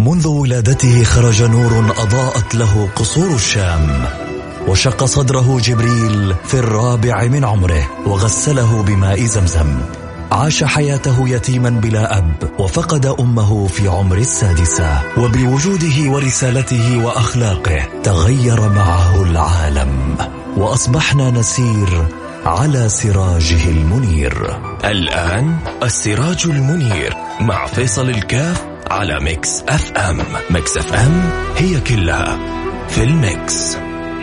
منذ ولادته خرج نور أضاءت له قصور الشام، وشق صدره جبريل في 4 من عمره وغسله بماء زمزم. عاش حياته يتيما بلا أب، وفقد أمه في عمر 6، وبوجوده ورسالته وأخلاقه تغير معه العالم، وأصبحنا نسير على سراجه المنير. الآن السراج المنير مع فيصل الكاف على ميكس اف ام. ميكس اف ام هي كلها في الميكس.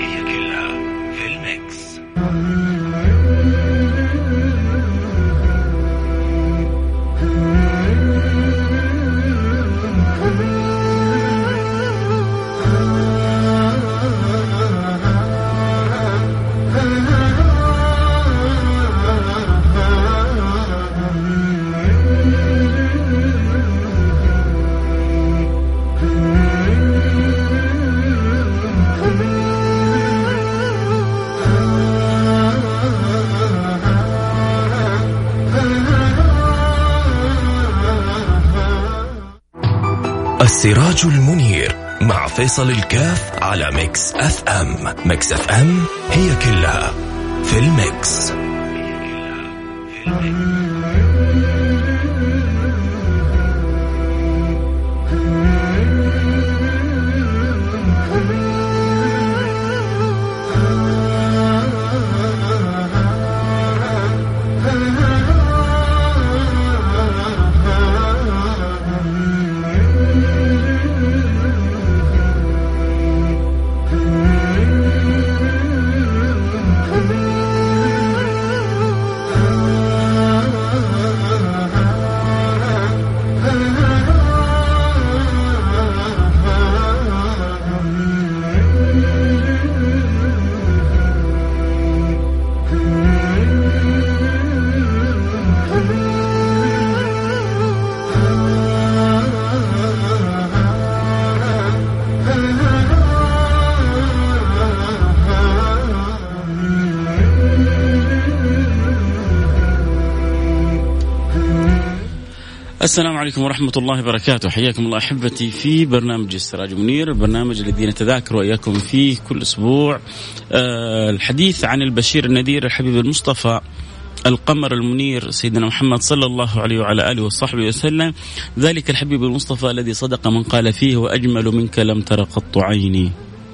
السراج المنير مع فيصل الكاف على ميكس اف ام. ميكس اف ام هي كلها في الميكس. السلام عليكم ورحمة الله وبركاته. حياكم الله أحبتي في برنامج السراج منير، البرنامج الذي نتذاكر وإياكم فيه كل أسبوع الحديث عن البشير النذير الحبيب المصطفى القمر المنير سيدنا محمد صلى الله عليه وعلى آله وصحبه وسلم، ذلك الحبيب المصطفى الذي صدق من قال فيه: وأجمل منك لم تر قط عيني،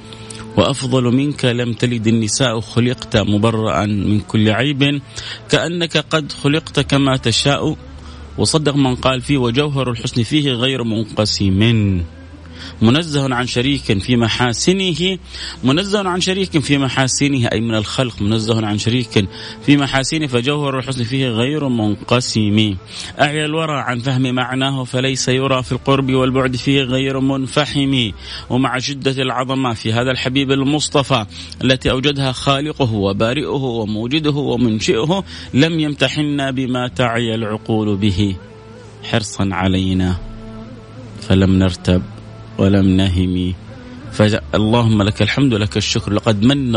وأفضل منك لم تلد النساء، خلقت مبرأ من كل عيب، كأنك قد خلقت كما تشاء، وصدق من قال فيه: وجوهر الحسن فيه غير منقسم، منزه عن شريك في محاسنه، منزه عن شريك في محاسنه أي من الخلق، منزه عن شريك في محاسنه، فجوهر الحسن فيه غير منقسم، أعيا الورى عن فهم معناه، فليس يرى في القرب والبعد فيه غير منفحم. ومع شدة العظمة في هذا الحبيب المصطفى التي أوجدها خالقه وبارئه وموجده ومنشئه، لم يمتحنا بما تعي العقول به حرصا علينا، فلم نرتب ولم نهم. اللهم لك الحمد لك الشكر. لقد من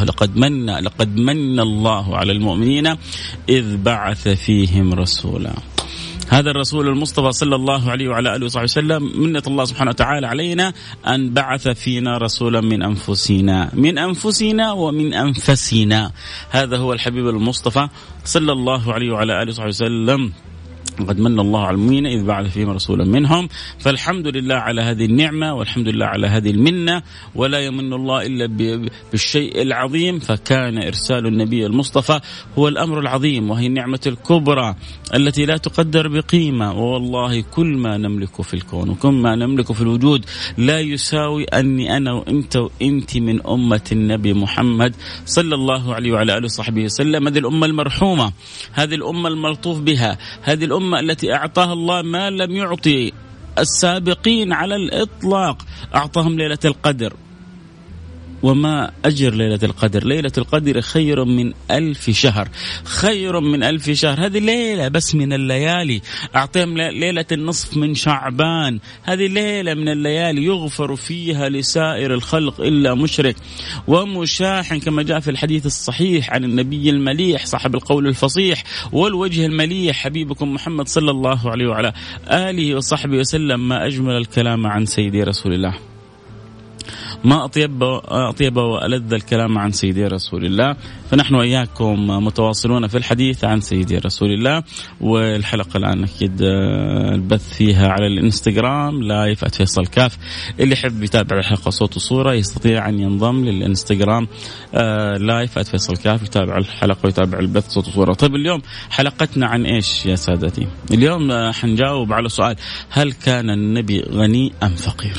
الله على المؤمنين إذ بعث فيهم رسولا. هذا الرسول المصطفى صلى الله عليه وعلى آله وصحبه وسلم، منة الله سبحانه وتعالى علينا أن بعث فينا رسولا من أنفسنا ومن أنفسنا. هذا هو الحبيب المصطفى صلى الله عليه وعلى آله وصحبه وسلم. قد من الله على المؤمنين إذ بعث فيهم رسولا منهم. فالحمد لله على هذه النعمة، والحمد لله على هذه المنة، ولا يمن الله إلا بالشيء العظيم. فكان إرسال النبي المصطفى هو الأمر العظيم، وهي النعمة الكبرى التي لا تقدر بقيمة. والله كل ما نملك في الكون وكل ما نملك في الوجود لا يساوي أني أنا وإنت من أمة النبي محمد صلى الله عليه وعلى آله وصحبه وسلم. هذه الأمة المرحومة، هذه الأمة الملطوف بها، هذه الأمة التي أعطاها الله ما لم يعطي السابقين على الإطلاق. أعطاهم ليلة القدر، وما أجر ليلة القدر؟ ليلة القدر خير من 1000 شهر، خير من 1000 شهر. هذه ليلة بس من الليالي. أعطيهم ليلة النصف من شعبان، هذه ليلة من الليالي يغفر فيها لسائر الخلق إلا مشرك ومشاحن، كما جاء في الحديث الصحيح عن النبي المليح صاحب القول الفصيح والوجه المليح حبيبكم محمد صلى الله عليه وعلى آله وصحبه وسلم: ما أجمل الكلام عن سيدي رسول الله، ما أطيب وألذ الكلام عن سيدي رسول الله. فنحن وإياكم متواصلون في الحديث عن سيدي رسول الله. والحلقة الآن أكيد البث فيها على الإنستغرام لايف @فيصل كاف. اللي يحب يتابع الحلقة صوت وصورة يستطيع أن ينضم للإنستغرام لايف @فيصل كاف، يتابع الحلقة ويتابع البث صوت وصورة. طيب اليوم حلقتنا عن إيش يا سادتي؟ اليوم حنجاوب على سؤال: هل كان النبي غني أم فقير؟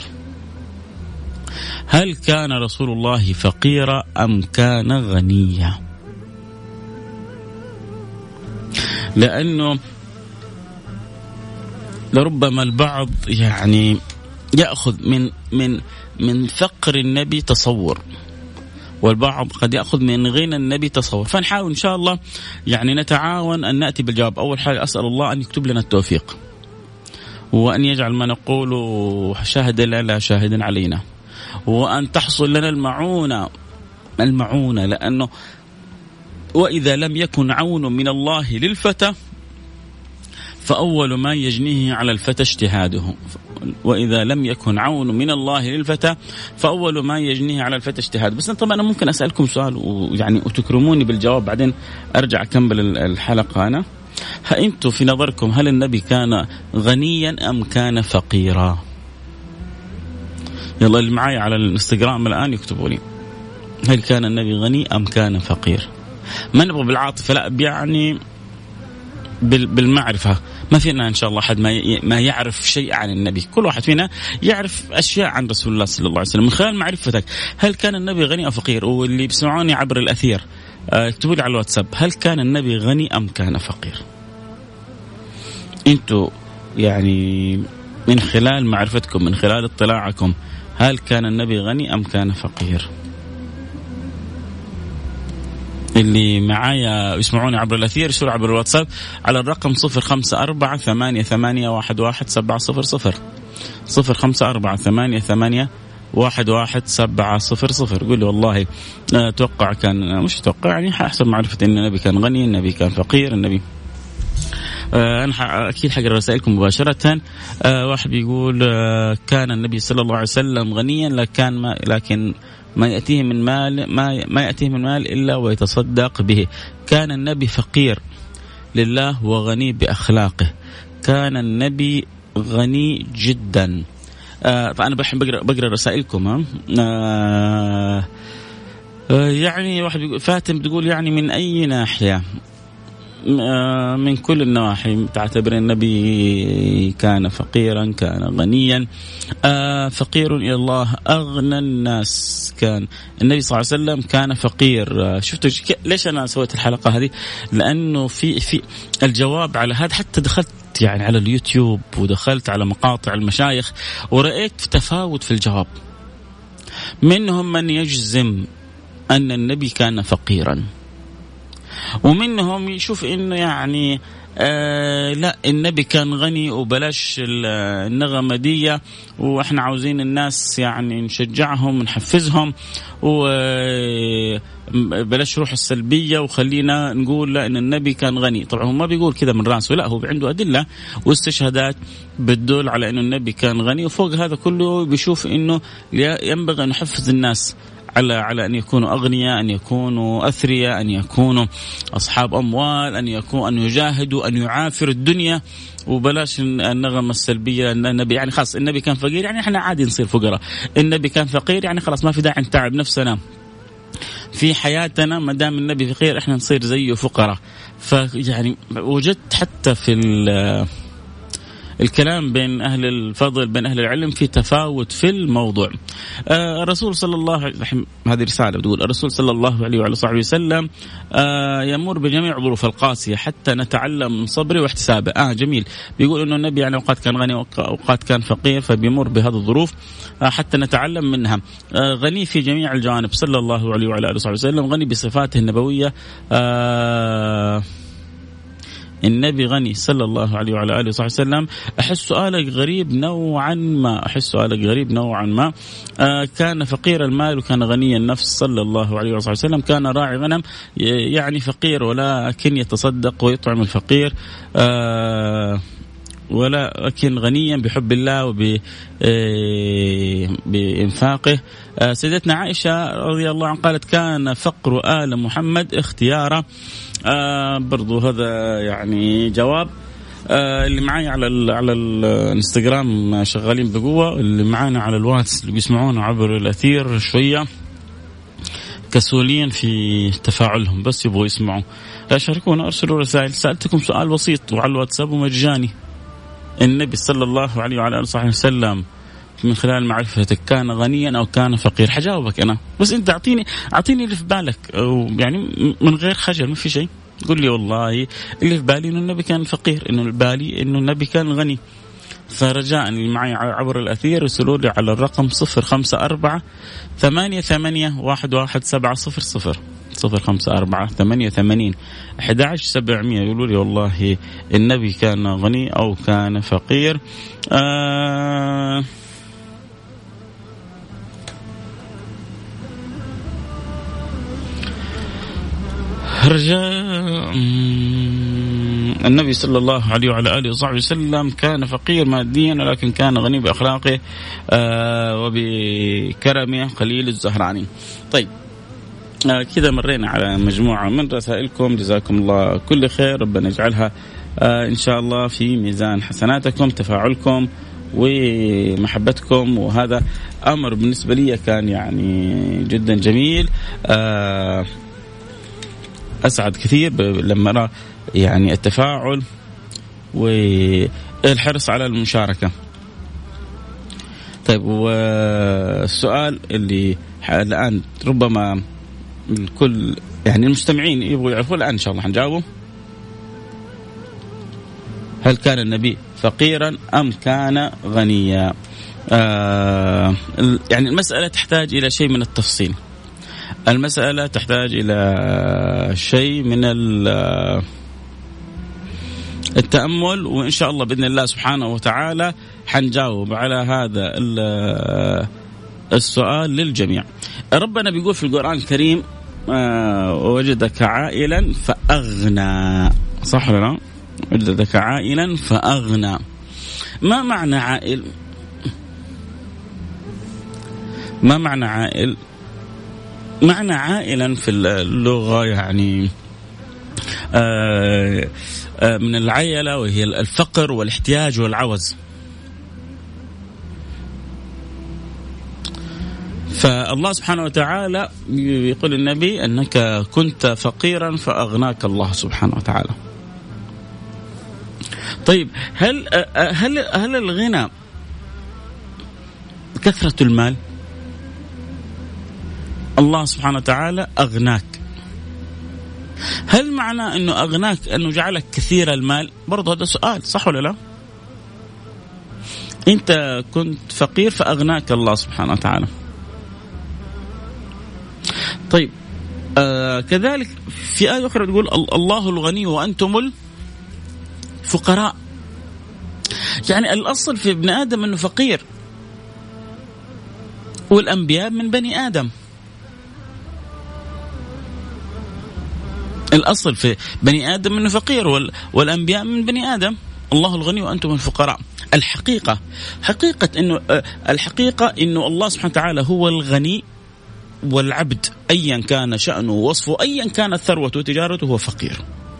هل كان رسول الله فقيرا أم كان غنيا؟ لأنه لربما البعض يعني يأخذ من فقر النبي تصور، والبعض قد يأخذ من غنى النبي تصور. فنحاول إن شاء الله يعني نتعاون أن نأتي بالجواب. أول حاجة أسأل الله أن يكتب لنا التوفيق، وأن يجعل ما نقول شاهدا لا شاهدا علينا، وأن تحصل لنا المعونة، لأنه وإذا لم يكن عون من الله للفتى فأول ما يجنيه على الفتى اجتهاده. وإذا لم يكن عون من الله للفتى فأول ما يجنيه على الفتى اجتهاده. بس طبعا أنا ممكن أسألكم سؤال ويعني وتكرموني بالجواب، بعدين أرجع أكمل الحلقة. أنا أنتم في نظركم هل النبي كان غنيا أم كان فقيرا؟ يلا اللي معايا على الانستغرام الآن يكتبوا لي: هل كان النبي غني أم كان فقير؟ ما نبغى بالعاطفة، لا يعني بالمعرفة. ما فينا إن شاء الله أحد ما يعرف شيء عن النبي، كل واحد فينا يعرف أشياء عن رسول الله صلى الله عليه وسلم من خلال معرفتك. هل كان النبي غني أو فقير؟ واللي بيسمعوني عبر الأثير اكتبوا لي على الواتساب: هل كان النبي غني أم كان فقير؟ أنتوا يعني من خلال معرفتكم، من خلال اطلاعكم، هل كان النبي غني أم كان فقير؟ اللي معايا يسمعوني عبر الأثير يرسلوا عبر الواتساب على الرقم 0548811700 0548811700. قولي والله أتوقع كان، مش أتوقع يعني حسب معرفتي أن النبي كان غني، النبي كان فقير، النبي أنا أكيد حقرأ رسائلكم مباشرة. واحد بيقول كان النبي صلى الله عليه وسلم غنيا لكن ما يأتيه من مال إلا ويتصدق به. كان النبي فقير لله وغني بأخلاقه. كان النبي غني جدا. فأنا بحب بقرأ رسائلكم. يعني واحد بيقول فاتن بتقول يعني من أي ناحية؟ من كل النواحي. تعتبر النبي كان فقيرا كان غنيا؟ فقير إلى الله أغنى الناس. كان النبي صلى الله عليه وسلم كان فقير. شفتوا ليش أنا سويت الحلقة هذه؟ لأنه في الجواب على هذا، حتى دخلت يعني على اليوتيوب ودخلت على مقاطع المشايخ ورأيت تفاوت في الجواب. منهم من يجزم أن النبي كان فقيرا، ومنهم يشوف إنه يعني لا النبي كان غني وبلاش النغمة دي، وإحنا عاوزين الناس يعني نشجعهم ونحفزهم وبلاش روح السلبية وخلينا نقول لا إن النبي كان غني. طبعا هو ما بيقول كذا من رأسه، لا هو عنده أدلة واستشهادات بتدل على إنه النبي كان غني، وفوق هذا كله بيشوف إنه ينبغي أن نحفز الناس على أن يكونوا أغنياء، أن يكونوا أثرياء، أن يكونوا أصحاب أموال، أن يجاهدوا، أن يعافروا الدنيا، وبلاش النغمة السلبية أن النبي يعني خلاص النبي كان فقير يعني إحنا عادي نصير فقراء، النبي كان فقير يعني خلاص ما في داعي نتعب نفسنا في حياتنا، ما دام النبي فقير إحنا نصير زيه فقراء. فيعني وجدت حتى في الكلام بين أهل الفضل بين أهل العلم في تفاوت في الموضوع. الرسول صلى الله عليه وسلم، هذه رسالة بتقول الرسول صلى الله عليه وعلى صحبه وسلم يمر بجميع ظروف القاسية حتى نتعلم من صبره واحتسابه. جميل. بيقول إنه النبي يعني أوقات كان غني وأوقات كان فقير، فبيمر بهذه الظروف حتى نتعلم منها. غني في جميع الجوانب صلى الله عليه وعلى آله وصحبه وسلم، غني بصفاته النبوية. النبي غني صلى الله عليه وعلى آله وصحبه وسلم. أحس سؤالك غريب نوعا ما. كان فقير المال وكان غني النفس صلى الله عليه وصحبه وسلم. كان راعي غنم، يعني فقير ولكن يتصدق ويطعم الفقير، ولكن غنيا بحب الله وبإنفاقه. سيدتنا عائشة رضي الله عنها قالت كان فقر آل محمد اختياره. برضو هذا يعني جواب. اللي معي على الانستغرام شغالين بقوة، اللي معانا على الواتس اللي بيسمعونا عبر الأثير شوية كسولين في تفاعلهم، بس يبغوا يسمعوا. شاركونا، أرسلوا رسائل. سألتكم سؤال بسيط وعلى الواتساب ومجاني. النبي صلى الله عليه وعلى آله وسلم من خلال معرفتك كان غنيا أو كان فقير؟ حجاوبك أنا، بس أنت أعطيني اللي في بالك، يعني من غير خجل، ما في شيء. قل لي والله اللي في بالي إنه النبي كان فقير، إنه بالي إنه النبي كان غني. فرجاء اللي معي عبر الأثير يرسلوا لي على الرقم 054-88-11700 054-88-11700. يقولوا لي والله النبي كان غني أو كان فقير. النبي صلى الله عليه وعلى آله وصحبه وسلم كان فقير ماديا ولكن كان غني بأخلاقه وبكرمه قليل الزهراني. طيب كذا مرينا على مجموعة من رسائلكم، جزاكم الله كل خير، ربنا يجعلها إن شاء الله في ميزان حسناتكم، تفاعلكم ومحبتكم، وهذا أمر بالنسبة لي كان يعني جدا جميل. أسعد كثير لما أرى يعني التفاعل والحرص على المشاركة. طيب والسؤال اللي الآن ربما الكل يعني المستمعين يبغوا يعرفوا، الآن إن شاء الله حنجاوبه. هل كان النبي فقيرا أم كان غنيا؟ يعني المسألة تحتاج إلى شيء من التفصيل، المسألة تحتاج إلى شيء من التأمل، وإن شاء الله بإذن الله سبحانه وتعالى حنجاوب على هذا السؤال للجميع. ربنا بيقول في القرآن الكريم وجدك عائلا فأغنى، صح ولا لا؟ وجدك عائلا فأغنى. ما معنى عائل؟ ما معنى عائل؟ معنى عائلا في اللغة يعني من العيلة، وهي الفقر والاحتياج والعوز. فالله سبحانه وتعالى يقول النبي أنك كنت فقيرا فأغناك الله سبحانه وتعالى. طيب هل الغنى كثرة المال؟ الله سبحانه وتعالى أغناك، هل معنى أنه أغناك أنه جعلك كثير المال؟ برضو هذا سؤال، صح ولا لا؟ أنت كنت فقير فأغناك الله سبحانه وتعالى. طيب كذلك في آية أخرى تقول الله الغني وأنتم الفقراء. يعني الأصل في ابن آدم أنه فقير، والأنبياء من بني آدم. الأصل في بني آدم أنه فقير، والأنبياء من بني آدم. الله الغني وأنتم الفقراء. الحقيقة إنه الله سبحانه وتعالى هو الغني، والعبد أيا كان شأنه ووصفه، أيا كانت ثروته وتجارته، هو فقير.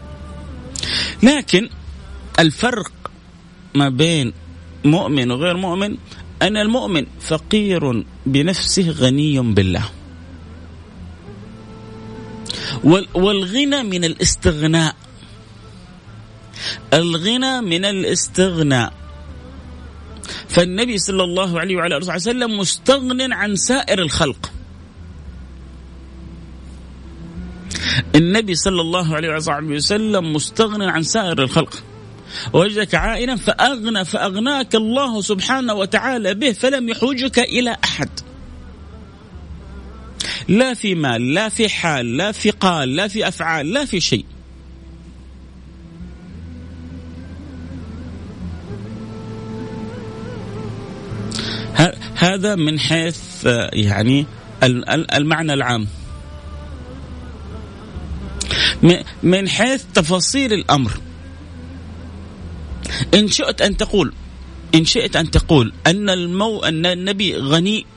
لكن الفرق ما بين مؤمن وغير مؤمن أن المؤمن فقير بنفسه غني بالله. والغنى من الاستغناء، الغنى من الاستغناء. فالنبي صلى الله عليه وعلى آله وسلم مستغن عن سائر الخلق. النبي صلى الله عليه وسلم مستغن عن سائر الخلق. وجدك عائلا فأغناك الله سبحانه وتعالى به، فلم يحوجك إلى أحد، لا في مال، لا في حال، لا في قال، لا في أفعال، لا في شيء. هذا من حيث يعني المعنى العام. من حيث تفاصيل الأمر، إن شئت أن تقول أن النبي غني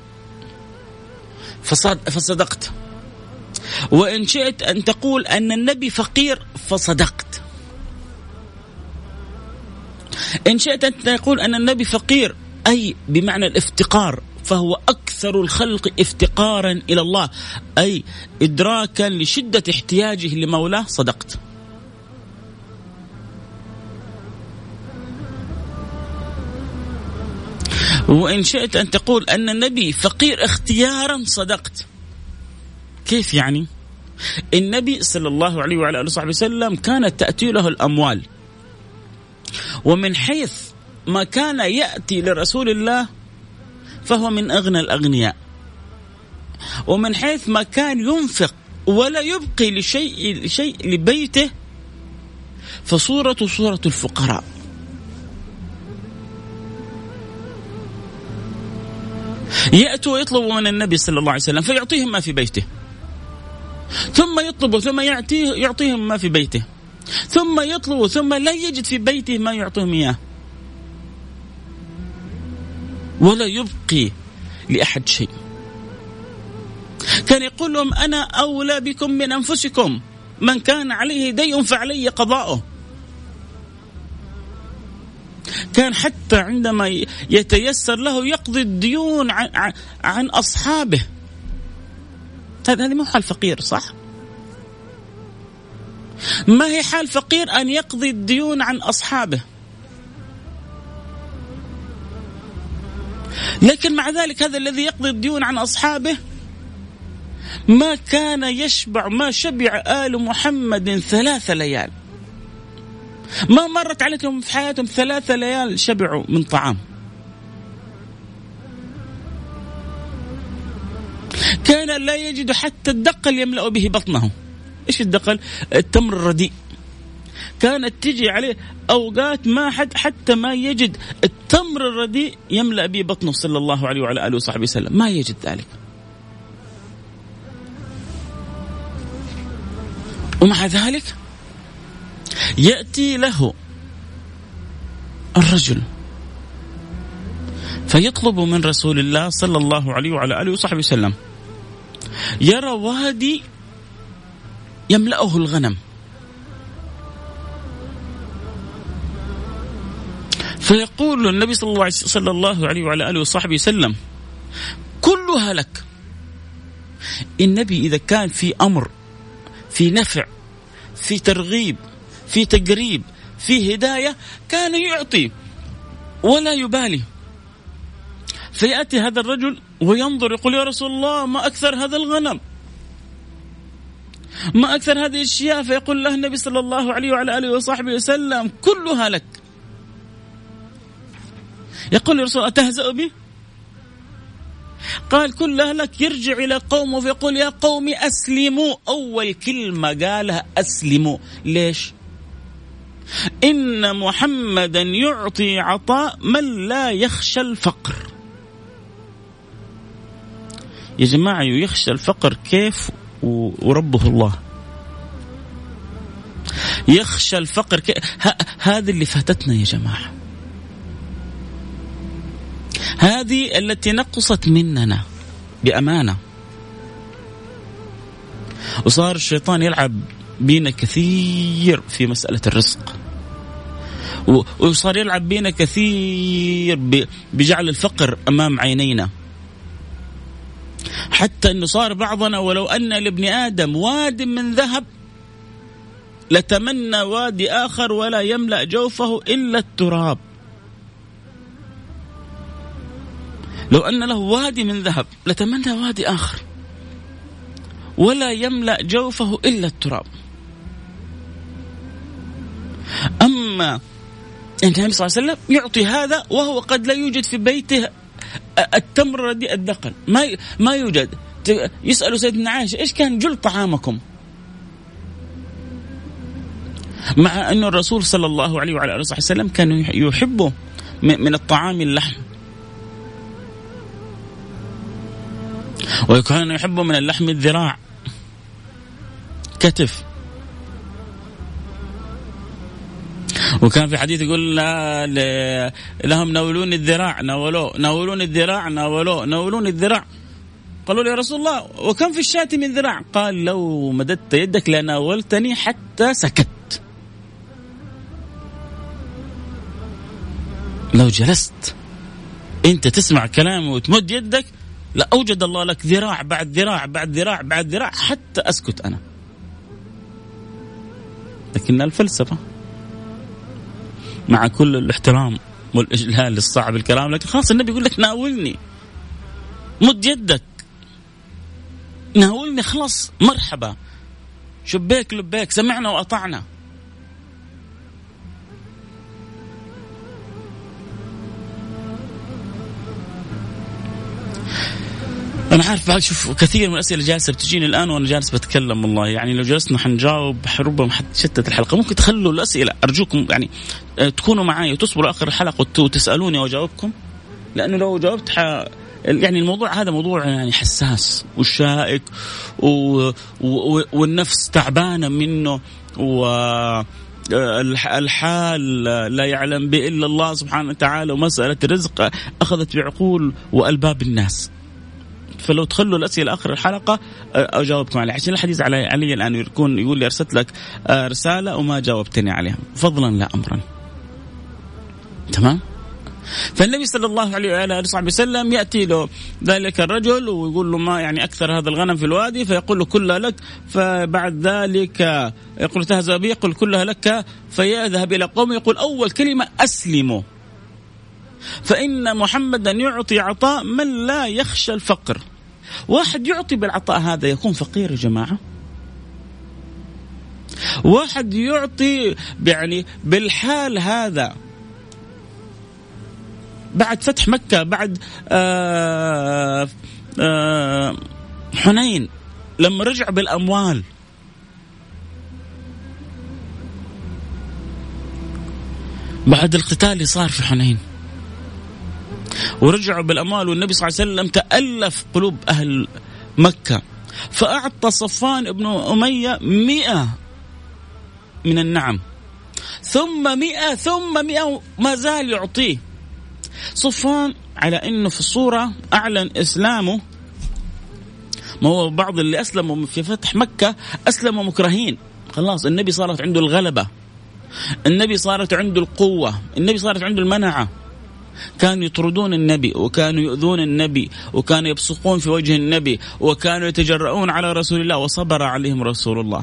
فصدقت، وإن شئت أن تقول أن النبي فقير فصدقت. إن شئت أن تقول أن النبي فقير أي بمعنى الافتقار، فهو أكثر الخلق افتقارا إلى الله، أي إدراكا لشدة احتياجه لمولاه، صدقت. وإن شئت أن تقول أن النبي فقير اختيارا، صدقت. كيف يعني؟ النبي صلى الله عليه وعلى آله وسلم كانت تأتي له الأموال، ومن حيث ما كان يأتي لرسول الله فهو من أغنى الأغنياء، ومن حيث ما كان ينفق ولا يبقي لشيء لبيته فصورة الفقراء. يأتوا ويطلبوا من النبي صلى الله عليه وسلم فيعطيهم ما في بيته، ثم يطلبوا ثم يعطيهم ما في بيته، ثم يطلبوا ثم لا يجد في بيته ما يعطيهم إياه، ولا يبقي لأحد شيء. كان يقول لهم أنا أولى بكم من أنفسكم، من كان عليه دين فعلي قضاؤه. كان حتى عندما يتيسر له يقضي الديون عن أصحابه. هذه مو حال فقير، صح؟ ما هي حال فقير أن يقضي الديون عن أصحابه؟ لكن مع ذلك هذا الذي يقضي الديون عن أصحابه ما كان يشبع، ما شبع آل محمد 3 ليال، ما مرت عليهم في حياتهم 3 ليال شبعوا من طعام. كان لا يجد حتى الدقل يملأ به بطنه. إيش الدقل؟ التمر الرديء. كانت تجي عليه أوقات ما حتى ما يجد التمر الرديء يملأ به بطنه صلى الله عليه وعلى آله وصحبه وسلم، ما يجد ذلك. ومع ذلك يأتي له الرجل فيطلب من رسول الله صلى الله عليه وعلى آله وصحبه وسلم، يرى وادي يملأه الغنم، فيقول النبي صلى الله عليه وعلى آله وصحبه وسلم كلها لك. النبي إذا كان في أمر، في نفع، في ترغيب، في تقريب، في هداية، كان يعطي ولا يبالي. فيأتي هذا الرجل وينظر يقول يا رسول الله ما أكثر هذا الغنم، ما أكثر هذه الشياء. فيقول له النبي صلى الله عليه وعلى آله وصحبه وسلم كلها لك. يقول يا رسول الله أتهزأ بي؟ قال كلها لك. يرجع إلى قومه فيقول يا قوم أسلموا. أول كلمة قالها أسلموا. ليش؟ إن محمدا يعطي عطاء من لا يخشى الفقر. يا جماعة يخشى الفقر كيف وربه الله يخشى الفقر كيف؟ هذه اللي فاتتنا يا جماعة، هذه التي نقصت مننا بأمانة. وصار الشيطان يلعب بينا كثير في مسألة الرزق، وصار يلعب بينا كثير بجعل الفقر أمام عينينا، حتى أنه صار بعضنا ولو أن لابن آدم واد من ذهب لتمنى وادي آخر ولا يملأ جوفه إلا التراب. لو أن له وادي من ذهب لتمنى وادي آخر ولا يملأ جوفه إلا التراب. أما النبي صلى الله عليه وسلم يعطي هذا وهو قد لا يوجد في بيته التمر رديء الدقل، ما يوجد. يسأل سيدنا عائشة إيش كان جل طعامكم؟ مع أن الرسول صلى الله عليه وعلى آله وسلم كان يحب من الطعام اللحم، وكان يحب من اللحم الذراع، كتف. وكان في حديث يقول لهم ناولون الذراع، ناولون الذراع، ناولون الذراع. قالوا له يا رسول الله وكم في الشاة من ذراع؟ قال لو مددت يدك لناولتني حتى سكت. لو جلست انت تسمع كلامي وتمد يدك لا أوجد الله لك ذراع بعد ذراع بعد ذراع بعد ذراع حتى أسكت أنا. لكن الفلسفة مع كل الاحترام والإجلال الصعب الكلام، لكن خلاص النبي يقول لك ناولني، مد يدك، ناولني، خلاص مرحبا، شبيك لبيك، سمعنا وأطعنا. أنا عارف بعد شوف كثير من الأسئلة جالسة بتجيني الآن وأنا جالس بتكلم، والله يعني لو جلسنا حنجاوب ربما حتشتت الحلقة. ممكن تخلوا الأسئلة أرجوكم يعني تكونوا معي وتصبروا آخر الحلقة وتسألوني وأجاوبكم، لأنه لو جاوبت يعني الموضوع هذا موضوع يعني حساس وشائك والنفس تعبانة منه، والحال لا يعلم به إلا الله سبحانه وتعالى، ومسألة الرزق أخذت بعقول وألباب الناس. فلو تخلوا الأسئلة آخر الحلقة أجاوبكم عليها، عشان الحديث علي الآن يقول لي أرسلت لك رسالة وما جاوبتني عليها، فضلا لا أمرا. تمام؟ فالنبي صلى الله عليه وآله وسلم يأتي له ذلك الرجل ويقول له ما يعني أكثر هذا الغنم في الوادي، فيقول له كلها لك. فبعد ذلك يقول تهزأ بي، يقول كلها لك. فيذهب إلى قومه يقول أول كلمة أسلموا، فإن محمدا يعطي عطاء من لا يخشى الفقر. واحد يعطي بالعطاء هذا يكون فقير يا جماعة. واحد يعطي يعني بالحال هذا بعد فتح مكة، بعد حنين لما رجع بالأموال، بعد القتال اللي صار في حنين ورجعوا بالأموال، والنبي صلى الله عليه وسلم تألف قلوب أهل مكة، فأعطى صفوان بن أمية 100 من النعم، ثم 100 ثم 100 ما زال يعطيه. صفوان على أنه في الصورة أعلن إسلامه، ما هو بعض اللي أسلموا في فتح مكة أسلموا مكرهين، خلاص النبي صارت عنده الغلبة، النبي صارت عنده القوة، النبي صارت عنده المنعة. كانوا يطردون النبي وكانوا يؤذون النبي وكانوا يبصقون في وجه النبي وكانوا يتجرؤون على رسول الله، وصبر عليهم رسول الله.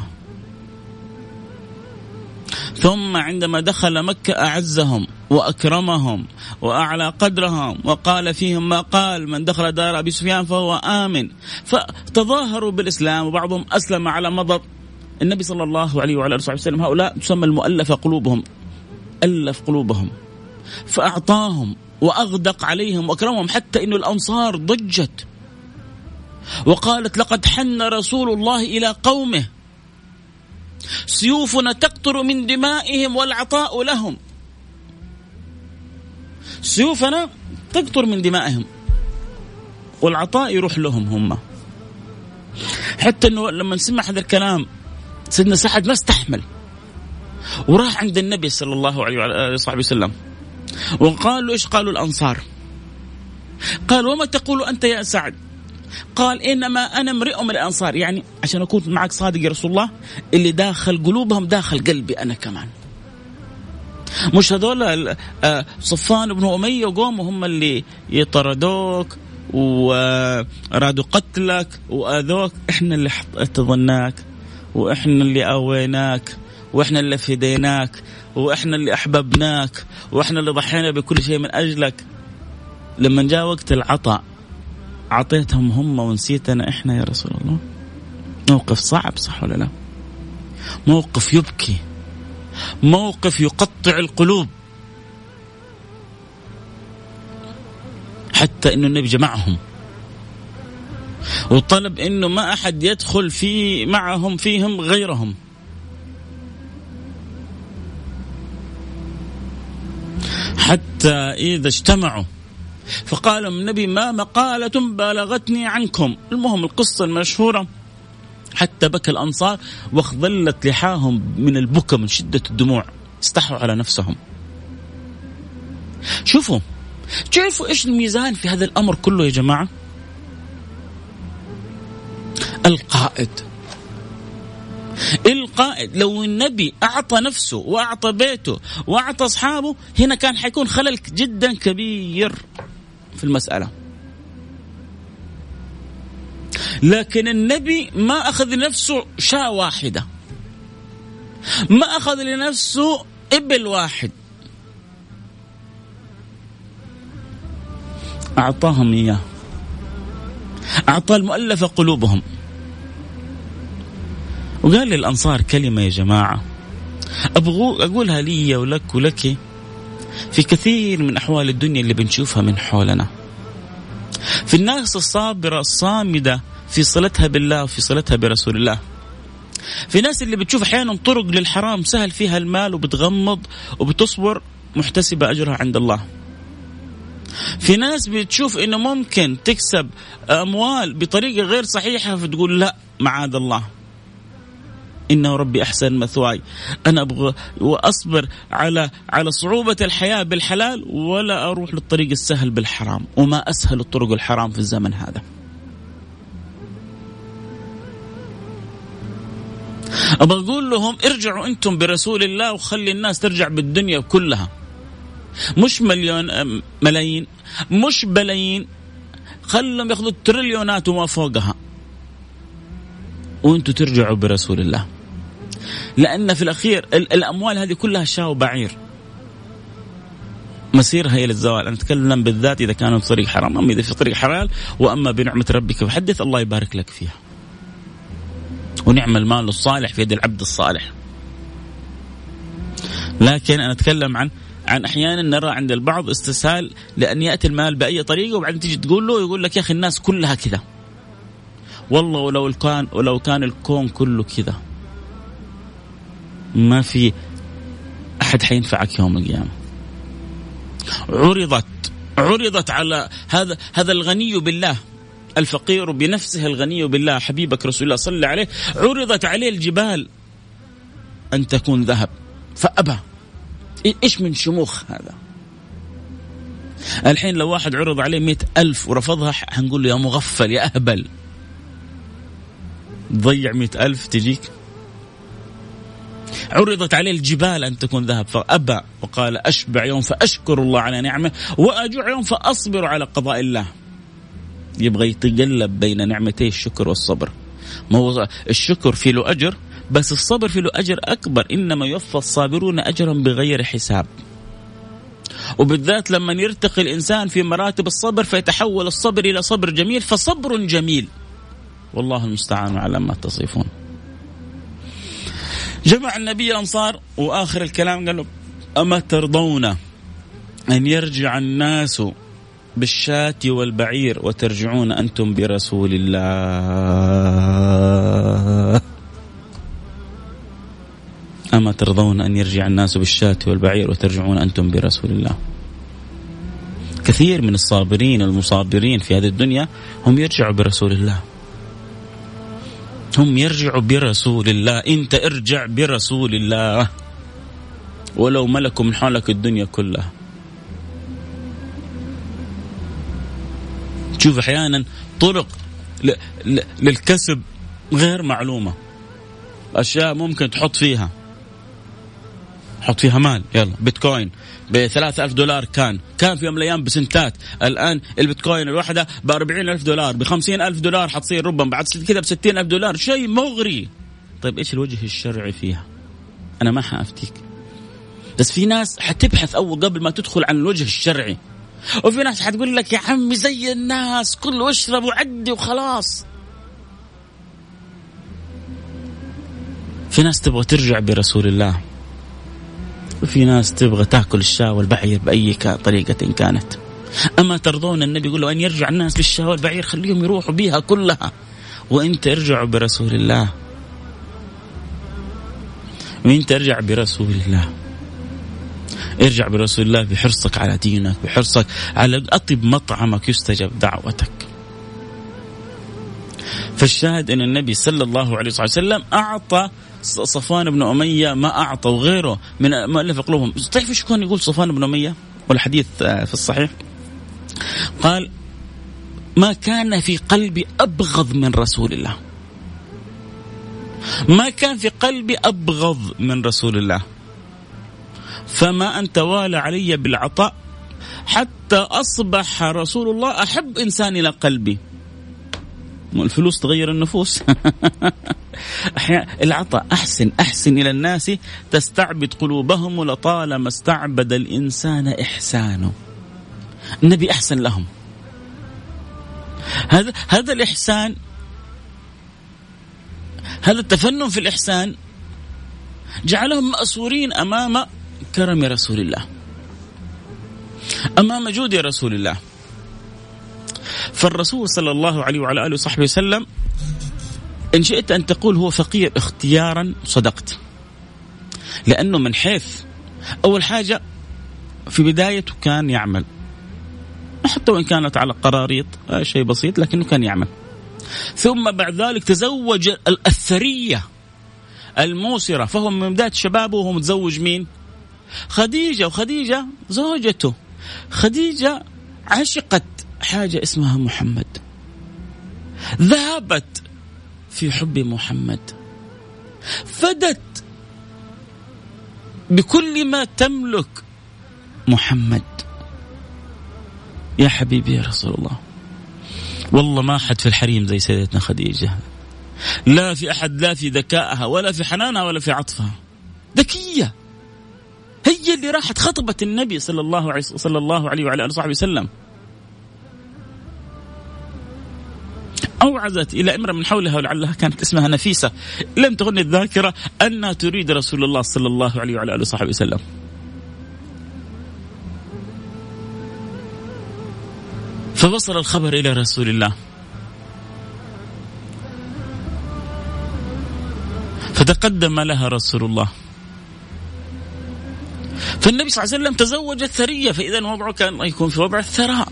ثم عندما دخل مكة أعزهم وأكرمهم وأعلى قدرهم وقال فيهم ما قال: من دخل دار أبي سفيان فهو آمن. فتظاهروا بالإسلام وبعضهم أسلم على مضض. النبي صلى الله عليه وعلى آله وسلم هؤلاء تسمى المؤلفة قلوبهم، ألف قلوبهم فأعطاهم وأغدق عليهم وأكرمهم، حتى إنه الأنصار ضجت وقالت: لقد حن رسول الله إلى قومه، سيوفنا تقطر من دمائهم والعطاء لهم. سيوفنا تقطر من دمائهم والعطاء يروح لهم هم. حتى إنه لما نسمع هذا الكلام سيدنا سعد ما استحمل وراح عند النبي صلى الله عليه وعلى آله وسلم وقال له: إيش قالوا الأنصار؟ قال: وما تقول أنت يا سعد؟ قال: إنما أنا امرئ من الأنصار، يعني عشان أكون معك صادق يا رسول الله، اللي داخل قلوبهم داخل قلبي أنا كمان، مش هذول صفوان بن أمية وقوموا هم اللي يطردوك وأرادوا قتلك وآذوك. إحنا اللي احتضناك وإحنا اللي آويناك وإحنا اللي فديناك وإحنا اللي أحببناك وإحنا اللي ضحينا بكل شيء من أجلك. لما جاء وقت العطاء عطيتهم هم ونسيتنا إحنا يا رسول الله. موقف صعب، صح ولا لا؟ موقف يبكي، موقف يقطع القلوب، حتى إنه النبي جمعهم وطلب إنه ما أحد يدخل معهم فيهم غيرهم. حتى إذا اجتمعوا فقال النبي ما مقالة بلغتني عنكم. المهم القصة المشهورة، حتى بكى الأنصار واخضلت لحاهم من البكاء من شدة الدموع، استحوا على نفسهم. شوفوا إيش الميزان في هذا الأمر كله يا جماعة. القائد لو النبي أعطى نفسه وأعطى بيته وأعطى أصحابه، هنا كان حيكون خلل جدا كبير في المسألة. لكن النبي ما أخذ لنفسه شاة واحدة، ما أخذ لنفسه إبل واحد، أعطاهم إياه، أعطى المؤلفة قلوبهم. وقال للأنصار كلمة يا جماعة أقولها لي ولك ولك في كثير من أحوال الدنيا اللي بنشوفها من حولنا، في الناس الصابرة الصامدة في صلتها بالله وفي صلتها برسول الله، في ناس اللي بتشوف أحيانا طرق للحرام سهل فيها المال وبتغمض وبتصبر محتسبة أجرها عند الله، في ناس بتشوف إنه ممكن تكسب أموال بطريقة غير صحيحة فتقول لا معاذ الله، إنه ربي أحسن مثواي، أنا أبغى وأصبر على صعوبة الحياة بالحلال ولا أروح للطريق السهل بالحرام. وما أسهل الطرق الحرام في الزمن هذا. أبغى أقول لهم ارجعوا أنتم برسول الله وخلي الناس ترجع بالدنيا كلها، مش ملايين، مش بلايين، خلهم يأخذوا تريليونات وما فوقها، وأنتم ترجعوا برسول الله. لأن في الأخير الأموال هذه كلها شاة وبعير، مسيرها هي للزوال. أنا أتكلم بالذات إذا كانوا في طريق حرام، أما إذا في طريق حلال وأما بنعمة ربك فحدث، الله يبارك لك فيها. ونعم المال الصالح في يد العبد الصالح. لكن أنا أتكلم عن أحيانا نرى عند البعض استسهال لأن يأتي المال بأي طريقة، وبعدين تيجي تقول له يقول لك يا أخي الناس كلها كذا. والله ولو كان الكون كله كذا ما في أحد حينفعك يوم القيامة. عرضت على هذا الغني بالله، الفقير بنفسه الغني بالله، حبيبك رسول الله صلى الله عليه، عرضت عليه الجبال أن تكون ذهب فأبى. إيش من شموخ هذا؟ الحين لو واحد عرض عليه 100,000 ورفضها هنقول له يا مغفل يا أهبل، ضيع 100,000 تجيك. عرضت عليه الجبال أن تكون ذهب فأبى، وقال أشبع يوم فأشكر الله على نعمه وأجوع يوم فأصبر على قضاء الله. يبغى يتقلب بين نعمتي الشكر والصبر. ما هو الشكر فيه له أجر، بس الصبر فيه له أجر أكبر، إنما يوفى الصابرون أجرا بغير حساب. وبالذات لما يرتقي الإنسان في مراتب الصبر فيتحول الصبر إلى صبر جميل، فصبر جميل والله المستعان على ما تصفون. جمع النبي الأنصار وآخر الكلام قال له أما ترضون أن يرجع الناس بالشاة والبعير وترجعون أنتم برسول الله؟ أما ترضون أن يرجع الناس بالشاة والبعير وترجعون أنتم برسول الله؟ كثير من الصابرين المصابرين في هذه الدنيا هم يرجعوا برسول الله، هم يرجعوا برسول الله. أنت ارجع برسول الله ولو ملكوا من حولك الدنيا كلها. تشوف أحيانا طرق للكسب غير معلومة، أشياء ممكن تحط فيها مال. يلا بيتكوين $3,000 كان في يوم من الأيام بسنتات، الآن البيتكوين الواحدة $40,000 $50,000 حتصير ربما بعد كذا $60,000. شيء مغري. طيب إيش الوجه الشرعي فيها؟ أنا ما حأفتيك، بس في ناس حتبحث أول قبل ما تدخل عن الوجه الشرعي. وفي ناس حتقول لك يا عمي زي الناس كل واشرب وعدي وخلاص. في ناس تبغى ترجع برسول الله، وفي ناس تبغى تأكل الشاة والبعير بأي طريقة كانت. أما ترضون النبي يقول له أن يرجع الناس للشاة والبعير، خليهم يروحوا بيها كلها، وإنت ارجعوا برسول الله. وإنت ارجع برسول الله، ارجع برسول الله بحرصك على دينك، بحرصك على أطيب مطعمك يستجب دعوتك. فالشاهد أن النبي صلى الله عليه وسلم أعطى صفوان بن أمية ما أعطى وغيره من مؤلف قلوبهم. طيب إيش كان يقول صفوان بن أمية والحديث في الصحيح؟ قال: ما كان في قلبي أبغض من رسول الله، ما كان في قلبي أبغض من رسول الله، فما أن توالى علي بالعطاء حتى أصبح رسول الله أحب إنسان إلى قلبي. الفلوس تغير النفوس. العطاء أحسن إلى الناس تستعبد قلوبهم، ولطالما استعبد الإنسان إحسانه. النبي أحسن لهم. هذا الإحسان، هذا التفنن في الإحسان جعلهم مأسورين أمام كرم رسول الله، أمام جود رسول الله. فالرسول صلى الله عليه وعلى آله وصحبه وسلم إن شئت أن تقول هو فقير اختيارا صدقت، لأنه من حيث أول حاجة في بدايته كان يعمل، حتى وإن كانت على قراريط شيء بسيط لكنه كان يعمل. ثم بعد ذلك تزوج الثرية الموسرة، فهو من بداية شبابه وهو متزوج مين؟ خديجة. وخديجة زوجته. خديجة عشقت حاجة اسمها محمد، ذهبت في حب محمد، فدت بكل ما تملك محمد. يا حبيبي يا رسول الله، والله ما أحد في الحريم زي سيدتنا خديجة، لا في أحد، لا في ذكائها ولا في حنانها ولا في عطفها. ذكية، هي اللي راحت خطبت النبي صلى الله عليه وعلى آله وصحبه وسلم، أوعزت إلى امرأة من حولها ولعلها كانت اسمها نفيسة، لم تغن الذاكرة أنها تريد رسول الله صلى الله عليه وعلى آله وصحبه وسلم. فوصل الخبر إلى رسول الله، فتقدم لها رسول الله. فالنبي صلى الله عليه وسلم تزوج الثرية، فإذا وضعه كان يكون في وضع الثراء.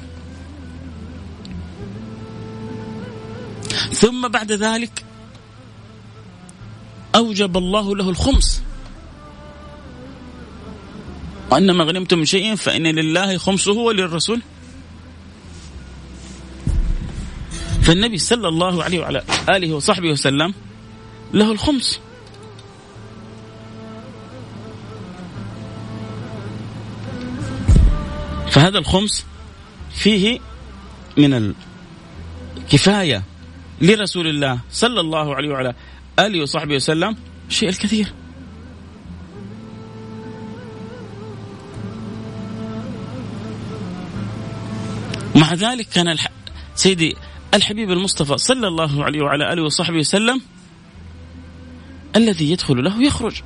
ثم بعد ذلك أوجب الله له الخمس، وأنما غنمتم من شيء فإن لله خمسه وللرسول. فالنبي صلى الله عليه وعلى آله وصحبه وسلم له الخمس. فهذا الخمس فيه من الكفاية لرسول الله صلى الله عليه وعلى آله وصحبه وسلم شيء الكثير. مع ذلك كان سيدي الحبيب المصطفى صلى الله عليه وعلى آله وصحبه وسلم الذي يدخل له يخرج،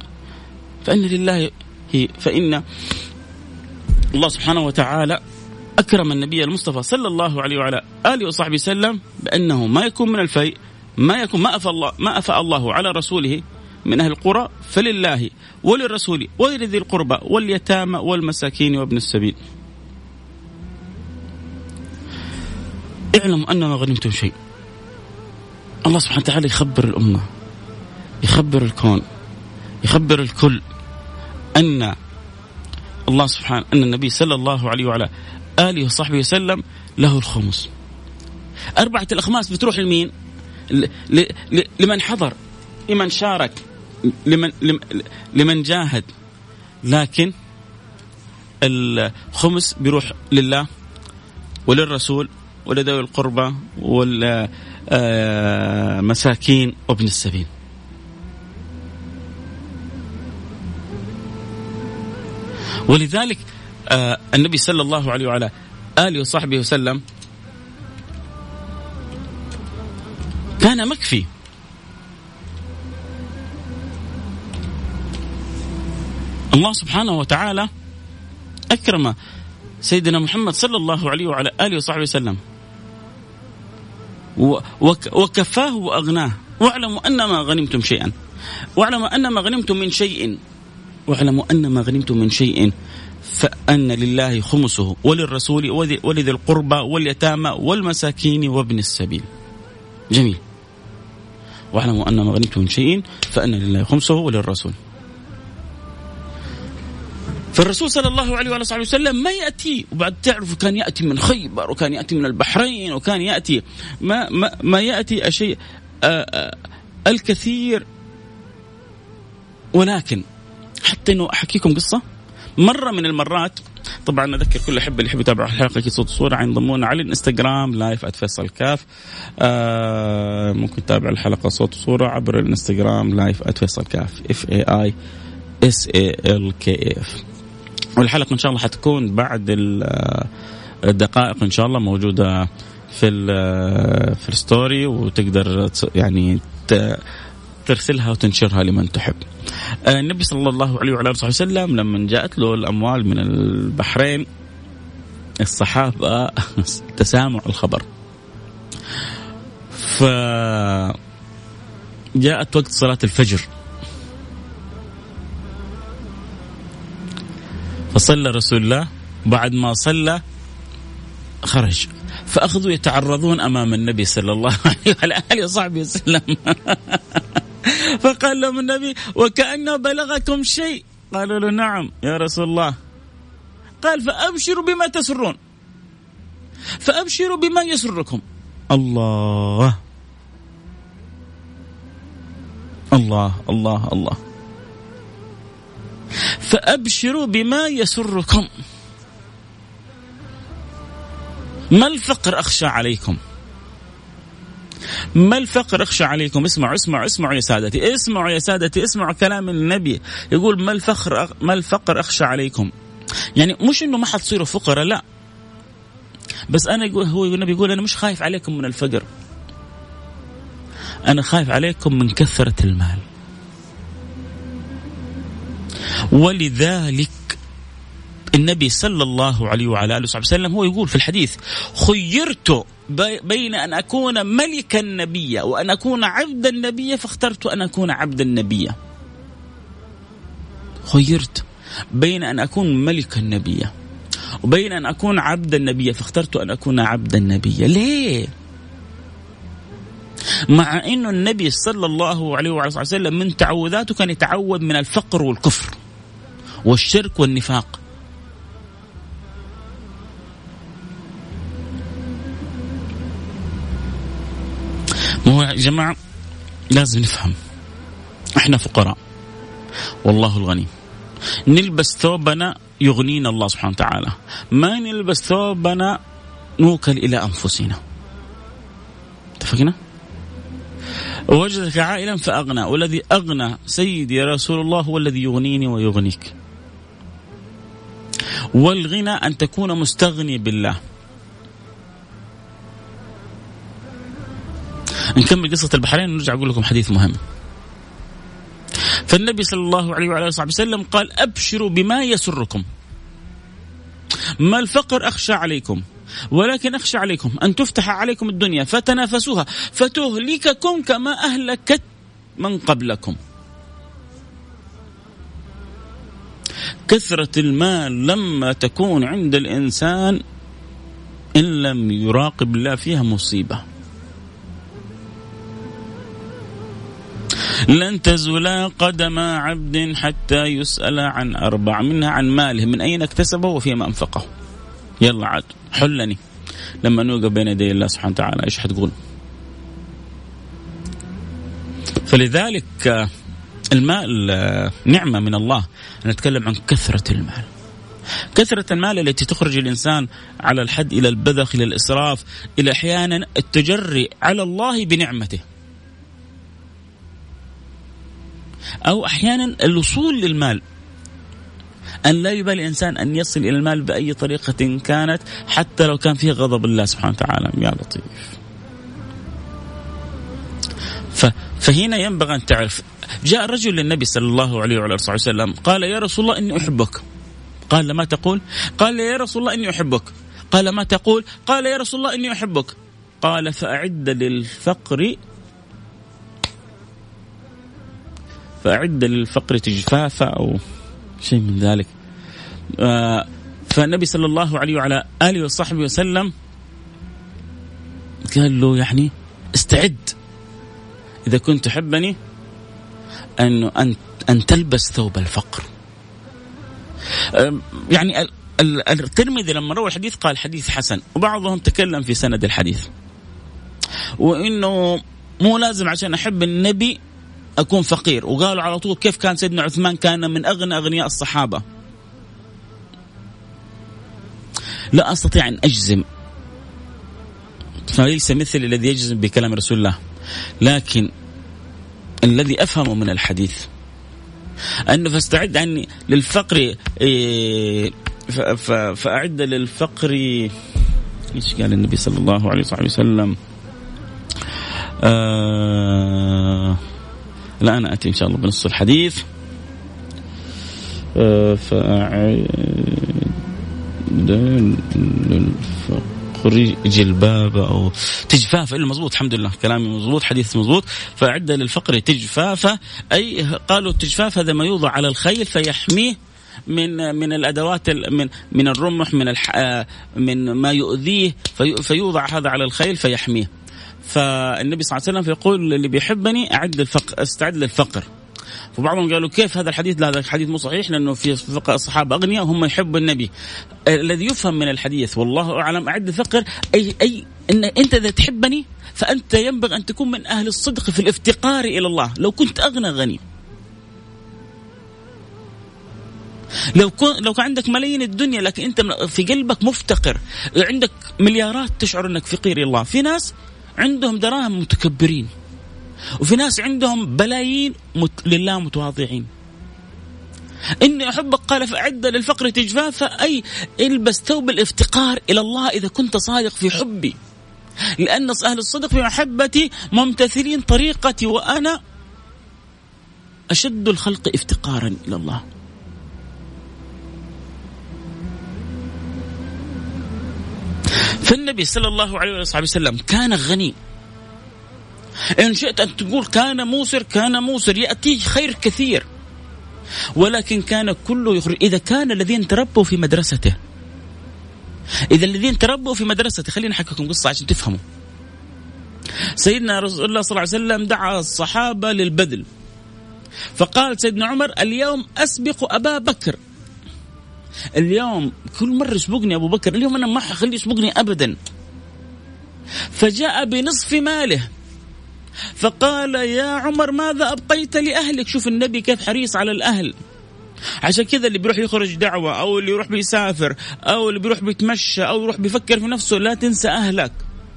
فإن الله سبحانه وتعالى أكرم النبي المصطفى صلى الله عليه وعلى آله وصحبه وسلم بأنه ما يكون من الفيء، ما أفاء الله على رسوله من أهل القرى فلله وللرسول ولذي القربى واليتامى والمساكين وابن السبيل. اعلموا أن ما غنمتم شيء. الله سبحانه وتعالى يخبر الأمة، يخبر الكون، يخبر الكل أن الله سبحانه أن النبي صلى الله عليه وعلى آله وصحبه وسلم له الخمس. 4 الأخماس بتروح لمين؟ لمن حضر، لمن شارك، لمن جاهد. لكن الخمس بيروح لله وللرسول ولذوي القربى والمساكين وابن السبيل. ولذلك النبي صلى الله عليه وعلى آله وصحبه وسلم كان مكفي. الله سبحانه وتعالى أكرم سيدنا محمد صلى الله عليه وعلى آله وصحبه وسلم وكفاه وأغناه. واعلموا أن ما غنمتم شيئا، واعلموا أن ما غنمتم من شيء، واعلموا أن ما غنمتم من شيء فأن لله خمسه وللرسول ولذي القربى واليتامى والمساكين وابن السبيل. جميل. واعلموا أن ما غنمتم من شيء فأن لله خمسه وللرسول. فالرسول صلى الله عليه وآله وسلم ما يأتي، وبعد تعرفوا كان يأتي من خيبر وكان يأتي من البحرين وكان يأتي ما يأتي شيء الكثير. ولكن حتى إنه أحكيكم قصة مرة من المرات، طبعا أذكر كل أحب اللي يحب يتابع الحلقة أكيد صوت وصورة ينضمون على الانستغرام لايف @فيصل كاف. ممكن تتابع الحلقة صوت وصورة عبر الانستغرام لايف @فيصل كاف FAISALKAF. والحلقة إن شاء الله حتكون بعد الدقائق إن شاء الله موجودة في الستوري، وتقدر يعني ترسلها وتنشرها لمن تحب. النبي صلى الله عليه وعلى آله وسلم لما جاءت له الأموال من البحرين، الصحابة تسامع الخبر، فجاءت وقت صلاة الفجر، فصلى رسول الله. بعد ما صلى خرج، فأخذوا يتعرضون أمام النبي صلى الله عليه وعلى آله وصحبه وسلم. فقال لهم النبي: وكأنه بلغكم شيء؟ قالوا له: نعم يا رسول الله. قال: فأبشروا بما تسرون، فأبشروا بما يسركم. الله الله الله الله. فأبشروا بما يسركم. ما الفقر أخشى عليكم، ما الفقر أخشى عليكم. اسمعوا اسمعوا اسمعوا يا سادتي، اسمعوا يا سادتي، اسمعوا كلام النبي. يقول: ما الفقر أخشى عليكم. يعني مش إنه ما حتصيروا فقراء، لا، بس أنا هو النبي يقول: أنا مش خايف عليكم من الفقر، أنا خايف عليكم من كثرة المال. ولذلك النبي صلى الله عليه وعلى آله وسلم هو يقول في الحديث: خيرت بين أن أكون ملكا نبيا وأن أكون عبدا نبيا فاخترت أن أكون عبدا نبيا. خيرت بين أن أكون ملكا نبيا وبين أن أكون عبدا نبيا فاخترت أن أكون عبدا نبيا. ليه؟ مع أنه النبي صلى الله عليه وسلم من تعوذاته كان يتعوذ من الفقر والكفر والشرك والنفاق. يا جماعة لازم نفهم، احنا فقراء والله الغني. نلبس ثوبنا يغنينا الله سبحانه وتعالى، ما نلبس ثوبنا نوكل إلى أنفسنا. اتفقنا؟ وجدك عائلا فأغنى، والذي أغنى سيدي يا رسول الله هو الذي يغنيني ويغنيك. والغنى أن تكون مستغني بالله. نكمل قصة البحرين ونرجع أقول لكم حديث مهم. فالنبي صلى الله عليه وعلى آله وسلم قال: أبشروا بما يسركم. ما الفقر أخشى عليكم، ولكن أخشى عليكم أن تفتح عليكم الدنيا فتنافسوها فتهلككم كما أهلكت من قبلكم. كثرة المال لما تكون عند الإنسان إن لم يراقب الله فيها مصيبة. لن تزولا قدم عبد حتى يسأل عن 4، منها عن ماله من أين اكتسبه وفيما أنفقه. يلا عاد حلني لما نوقف بين يدي الله سبحانه وتعالى إيش حتقول؟ فلذلك المال نعمة من الله. نتكلم عن كثرة المال، كثرة المال التي تخرج الإنسان على الحد إلى البذخ، إلى الإسراف، إلى أحيانا التجري على الله بنعمته، أو أحيانا الوصول للمال. أن لا يبالي الإنسان أن يصل إلى المال بأي طريقة كانت، حتى لو كان فيه غضب الله سبحانه وتعالى. يا لطيف. فهنا ينبغي أن تعرف. جاء رجل للنبي صلى الله عليه وعلى آله وسلم قال يا رسول الله إني أحبك. قال ما تقول؟ قال يا رسول الله إني أحبك. قال ما تقول؟ قال يا رسول الله إني أحبك. قال فأعد للفقر تجفافا أو شيء من ذلك. فالنبي صلى الله عليه وعلى آله وصحبه وسلم قال له يعني استعد إذا كنت تحبني أن تلبس ثوب الفقر. يعني الترمذي لما روى الحديث قال حديث حسن، وبعضهم تكلم في سند الحديث وإنه مو لازم عشان أحب النبي أكون فقير. وقالوا على طول كيف كان سيدنا عثمان كان من أغنى أغنياء الصحابة. لا أستطيع أن أجزم، فليس مثل الذي يجزم بكلام رسول الله، لكن الذي أفهمه من الحديث أنه فاستعد عني للفقر فأعد للفقر. إيش قال النبي صلى الله عليه وسلم؟ لا أنا أتي إن شاء الله بنص الحديث. فأعد للفقر جلبابة أو تجفافة. إلا مزبوط، الحمد لله كلامي مزبوط، حديث مزبوط. فأعد للفقر تجفافة، أي قالوا التجفاف هذا ما يوضع على الخيل فيحميه من الأدوات، من الرمح، من ما يؤذيه، فيوضع هذا على الخيل فيحميه. فالنبي صلى الله عليه وسلم يقول اللي بيحبني استعد للفقر. فبعضهم قالوا كيف هذا الحديث؟ لا، هذا الحديث مو صحيح، لأنه في فقر الصحابة أغنياء هم يحبوا النبي. الذي يفهم من الحديث والله أعلم أعد الفقر أي إن أنت إذا تحبني فأنت ينبغي أن تكون من أهل الصدق في الافتقار إلى الله. لو كنت أغنى غني، لو كان عندك ملايين الدنيا لكن أنت في قلبك مفتقر، عندك مليارات تشعر أنك فقير إلى الله. في ناس عندهم دراهم متكبرين، وفي ناس عندهم بلايين لله متواضعين. إني أحبك قال فأعد للفقر تجفافا، أي البس ثوب الافتقار إلى الله إذا كنت صادق في حبي، لأن أهل الصدق في محبتي ممتثلين طريقتي وأنا أشد الخلق افتقارا إلى الله. فالنبي صلى الله عليه وسلم كان غني، إن شئت أن تقول كان موسر يأتيه خير كثير، ولكن كان كله يخرج. إذا كان الذين تربوا في مدرسته، خلينا أحكيكم قصة عشان تفهموا. سيدنا رسول الله صلى الله عليه وسلم دعا الصحابة للبذل، فقال سيدنا عمر اليوم أسبق أبا بكر. اليوم كل مرة يسبقني أبو بكر، اليوم أنا ما حخلي يسبقني أبدا. فجاء بنصف ماله فقال يا عمر ماذا أبقيت لأهلك؟ شوف النبي كيف حريص على الأهل. عشان كذا اللي بيروح يخرج دعوة أو اللي يروح بيسافر أو اللي بيروح بيتمشى أو يروح بيفكر في نفسه لا تنسى أهلك.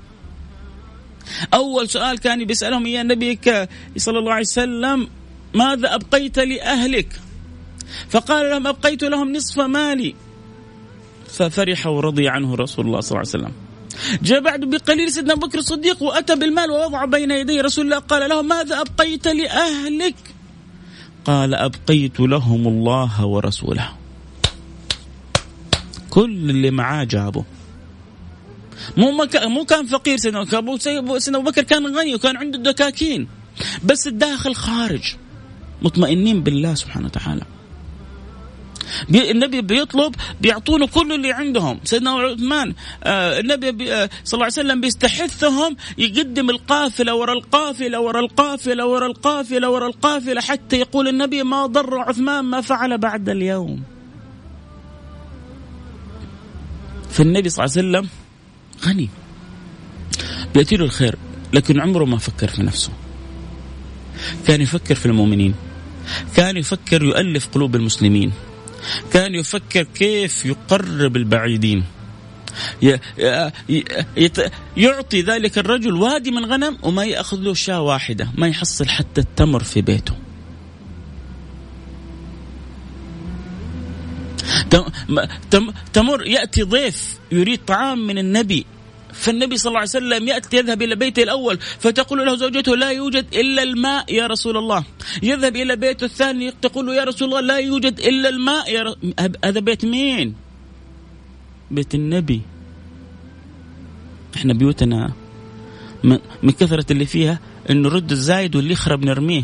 أول سؤال كان بيسألهم إياه النبي صلى الله عليه وسلم ماذا أبقيت لأهلك؟ فقال لهم أبقيت لهم نصف مالي. ففرح ورضي عنه رسول الله صلى الله عليه وسلم. جاء بعد بقليل سيدنا أبو بكر الصديق وأتى بالمال ووضع بين يدي رسول الله، قال له ماذا أبقيت لأهلك؟ قال أبقيت لهم الله ورسوله. كل اللي معاه جابه. مو كان فقير سيدنا أبو بكر، كان غني وكان عنده دكاكين، بس الداخل خارج مطمئنين بالله سبحانه وتعالى. النبي بيطلب بيعطونه كل اللي عندهم. سيدنا عثمان النبي صلى الله عليه وسلم بيستحثهم يقدم القافلة ورا القافلة ورا القافلة ورا القافلة ورا القافلة، حتى يقول النبي ما ضر عثمان ما فعل بعد اليوم. فالنبي صلى الله عليه وسلم غني بيأتي له الخير، لكن عمره ما فكر في نفسه. كان يفكر في المؤمنين، كان يفكر يؤلف قلوب المسلمين، كان يفكر كيف يقرب البعيدين. يعطي ذلك الرجل وادي من غنم وما يأخذ له شاة واحدة، ما يحصل حتى التمر في بيته. تمر يأتي ضيف يريد طعام من النبي، فالنبي صلى الله عليه وسلم يأتي يذهب إلى بيته الأول فتقول له زوجته لا يوجد إلا الماء يا رسول الله. يذهب إلى بيته الثاني تقول له يا رسول الله لا يوجد إلا الماء هذا بيت مين؟ بيت النبي. احنا بيوتنا من كثرة اللي فيها انه رد الزايد واللي يخرب نرميه.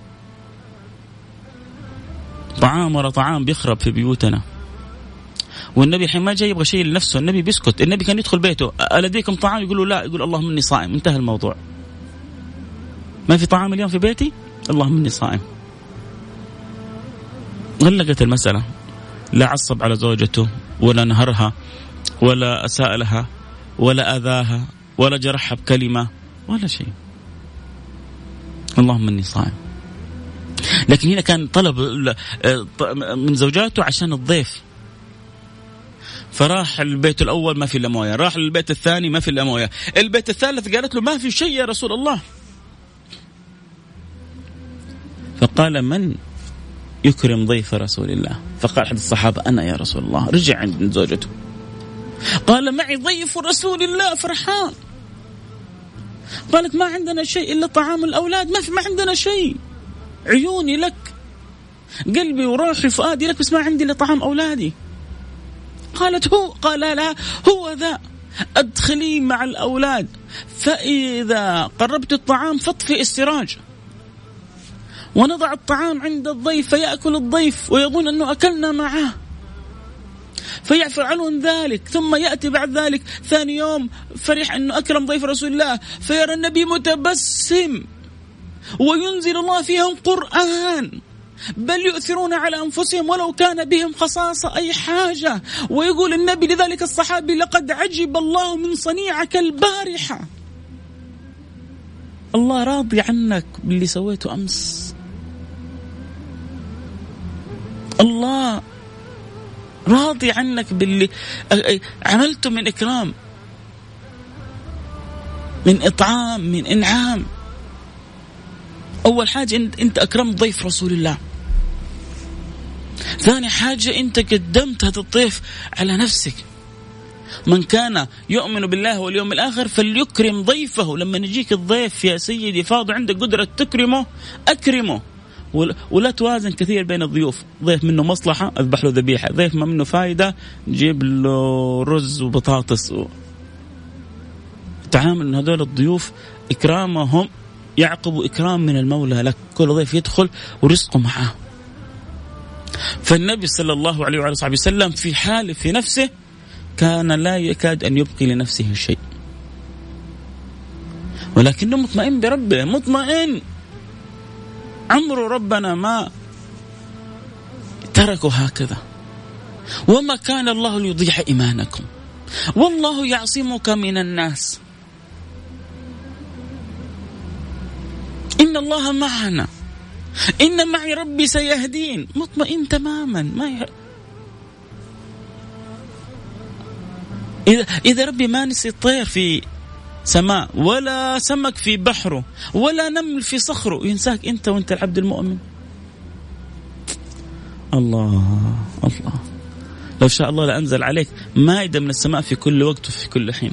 طعام ورا طعام بيخرب في بيوتنا. والنبي الحين ما جاي يبغى شيء لنفسه، النبي بيسكت. النبي كان يدخل بيته ألديكم طعام؟ يقولوا لا، يقول اللهم إني صائم، انتهى الموضوع. ما في طعام اليوم في بيتي؟ اللهم إني صائم. غلقت المسألة. لا عصب على زوجته ولا نهرها ولا أساء لها ولا أذاها ولا جرحها بكلمة ولا شيء. اللهم إني صائم. لكن هنا كان طلب من زوجاته عشان الضيف، فراح البيت الأول ما في إلا موية، راح البيت الثاني ما في إلا موية، البيت الثالث قالت له ما في شيء يا رسول الله. فقال من يكرم ضيف رسول الله؟ فقال أحد الصحابة أنا يا رسول الله. رجع عند زوجته قال معي ضيف رسول الله فرحان. قالت ما عندنا شيء إلا طعام الأولاد، ما عندنا شيء، عيوني لك، قلبي وروحي فؤادي لك، بس ما عندي إلا طعام أولادي. قالت قال لا هو ذا، أدخلي مع الأولاد فإذا قربت الطعام فاطفئ السراج ونضع الطعام عند الضيف فيأكل الضيف ويظن أنه أكلنا معه فيعفر عنهم ذلك، ثم يأتي بعد ذلك ثاني يوم فرح أنه أكرم ضيف رسول الله فيرى النبي متبسم وينزل الله فيهم قرآن بل يؤثرون على أنفسهم ولو كان بهم خصاصة أي حاجة. ويقول النبي لذلك الصحابي لقد عجب الله من صنيعك البارحة. الله راضي عنك باللي سويته أمس، الله راضي عنك باللي عملته من إكرام، من إطعام، من إنعام. أول حاجة أنت أكرمت ضيف رسول الله، ثاني حاجة أنت قدمت هذا الضيف على نفسك. من كان يؤمن بالله واليوم الآخر فليكرم ضيفه. لما نجيك الضيف يا سيدي فاض عندك قدرة تكرمه أكرمه، ولا توازن كثير بين الضيوف. ضيف منه مصلحة أذبح له ذبيحة، ضيف ما منه فايدة جيب له رز وبطاطس. تعامل من هذول الضيوف إكرامهم يعقب إكرام من المولى لك. كل ضيف يدخل ورزقه معه. فالنبي صلى الله عليه وعلى صحبه وسلم في حال في نفسه كان لا يكاد أن يبقي لنفسه شيء، ولكنه مطمئن بربه، مطمئن عمره ربنا ما تركه هكذا. وما كان الله ليضيع إيمانكم والله يعصمك من الناس إن الله معنا إن معي ربي سيهدين. مطمئن تماما. إذا ربي ما نسي الطير في سماء ولا سمك في بحره ولا نمل في صخره، ينساك أنت وأنت العبد المؤمن. الله لو شاء الله لأنزل عليك مائدة من السماء في كل وقت وفي كل حين.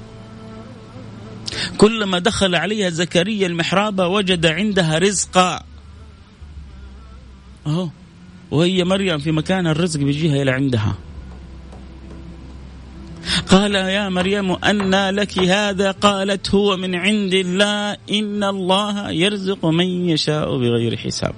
كلما دخل عليها زكريا المحراب وجد عندها رزقا. وهي مريم في مكان الرزق بيجيها إلى عندها. قال يا مريم أنى لك هذا؟ قالت هو من عند الله إن الله يرزق من يشاء بغير حساب.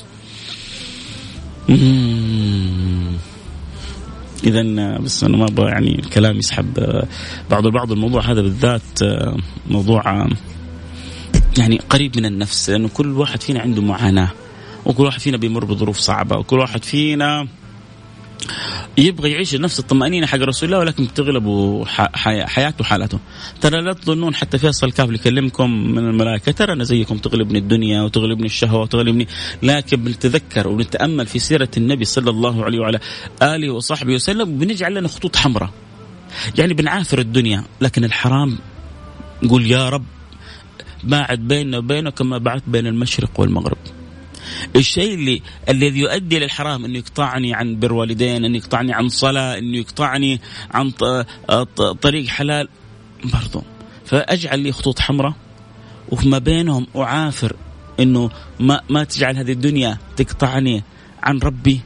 إذن بس أنا ما أبغى يعني الكلام يسحب بعض الموضوع هذا بالذات موضوع يعني قريب من النفس، لأنه كل واحد فينا عنده معاناة، وكل واحد فينا بيمر بظروف صعبة، وكل واحد فينا يبغى يعيش نفس الطمأنينة حق رسول الله، ولكن تغلبه حياته وحالته. ترى لا تظنون حتى فيصل كاف اللي يكلمكم من الملائكة ترى أنا زيكم، تغلبني الدنيا وتغلبني الشهوة وتغلبني، لكن بنتذكر ونتأمل في سيرة النبي صلى الله عليه وعلى آله وصحبه وسلم، بنجعل لنا خطوط حمراء. يعني بنعافر الدنيا، لكن الحرام نقول يا رب باعد بيننا وبينه كما بعدت بين المشرق والمغرب. الشيء الذي يؤدي للحرام، أنه يقطعني عن بر والدين، أنه يقطعني عن صلاة، أنه يقطعني عن طريق حلال برضو. فأجعل لي خطوط حمراء وما بينهم أعافر أنه ما تجعل هذه الدنيا تقطعني عن ربي،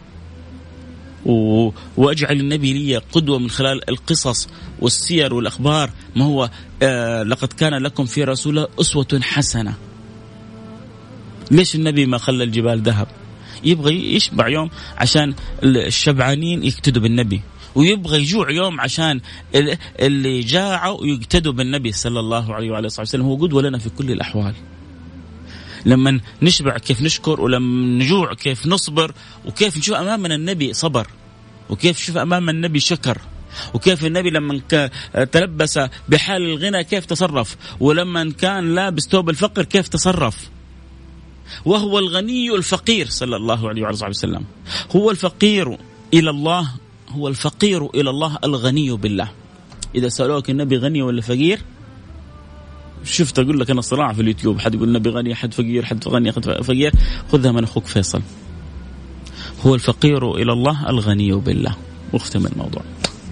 وأجعل النبي لي قدوة من خلال القصص والسير والأخبار. ما هو لقد كان لكم في رسول أسوة حسنة. ليش النبي ما خلى الجبال ذهب؟ يبغى يشبع يوم عشان الشبعانين يقتدوا بالنبي، ويبغى يجوع يوم عشان اللي جاعوا يقتدوا بالنبي صلى الله عليه وعلى اله وسلم. هو قدوة لنا في كل الأحوال. لما نشبع كيف نشكر، ولما نجوع كيف نصبر، وكيف نشوف أمامنا النبي صبر، وكيف نشوف أمام النبي شكر، وكيف النبي لما تلبس بحال الغنى كيف تصرف، ولما كان لابس ثوب الفقر كيف تصرف. وهو الغني الفقير صلى الله عليه وسلم. هو الفقير إلى الله، هو الفقير إلى الله الغني بالله. إذا سألوك النبي غني ولا فقير، شفت أقول لك أنا صراع في اليوتيوب، حد يقول النبي غني، حد فقير، حد غني، حد فقير. خذها من أخوك فيصل. هو الفقير إلى الله الغني بالله. واختم الموضوع.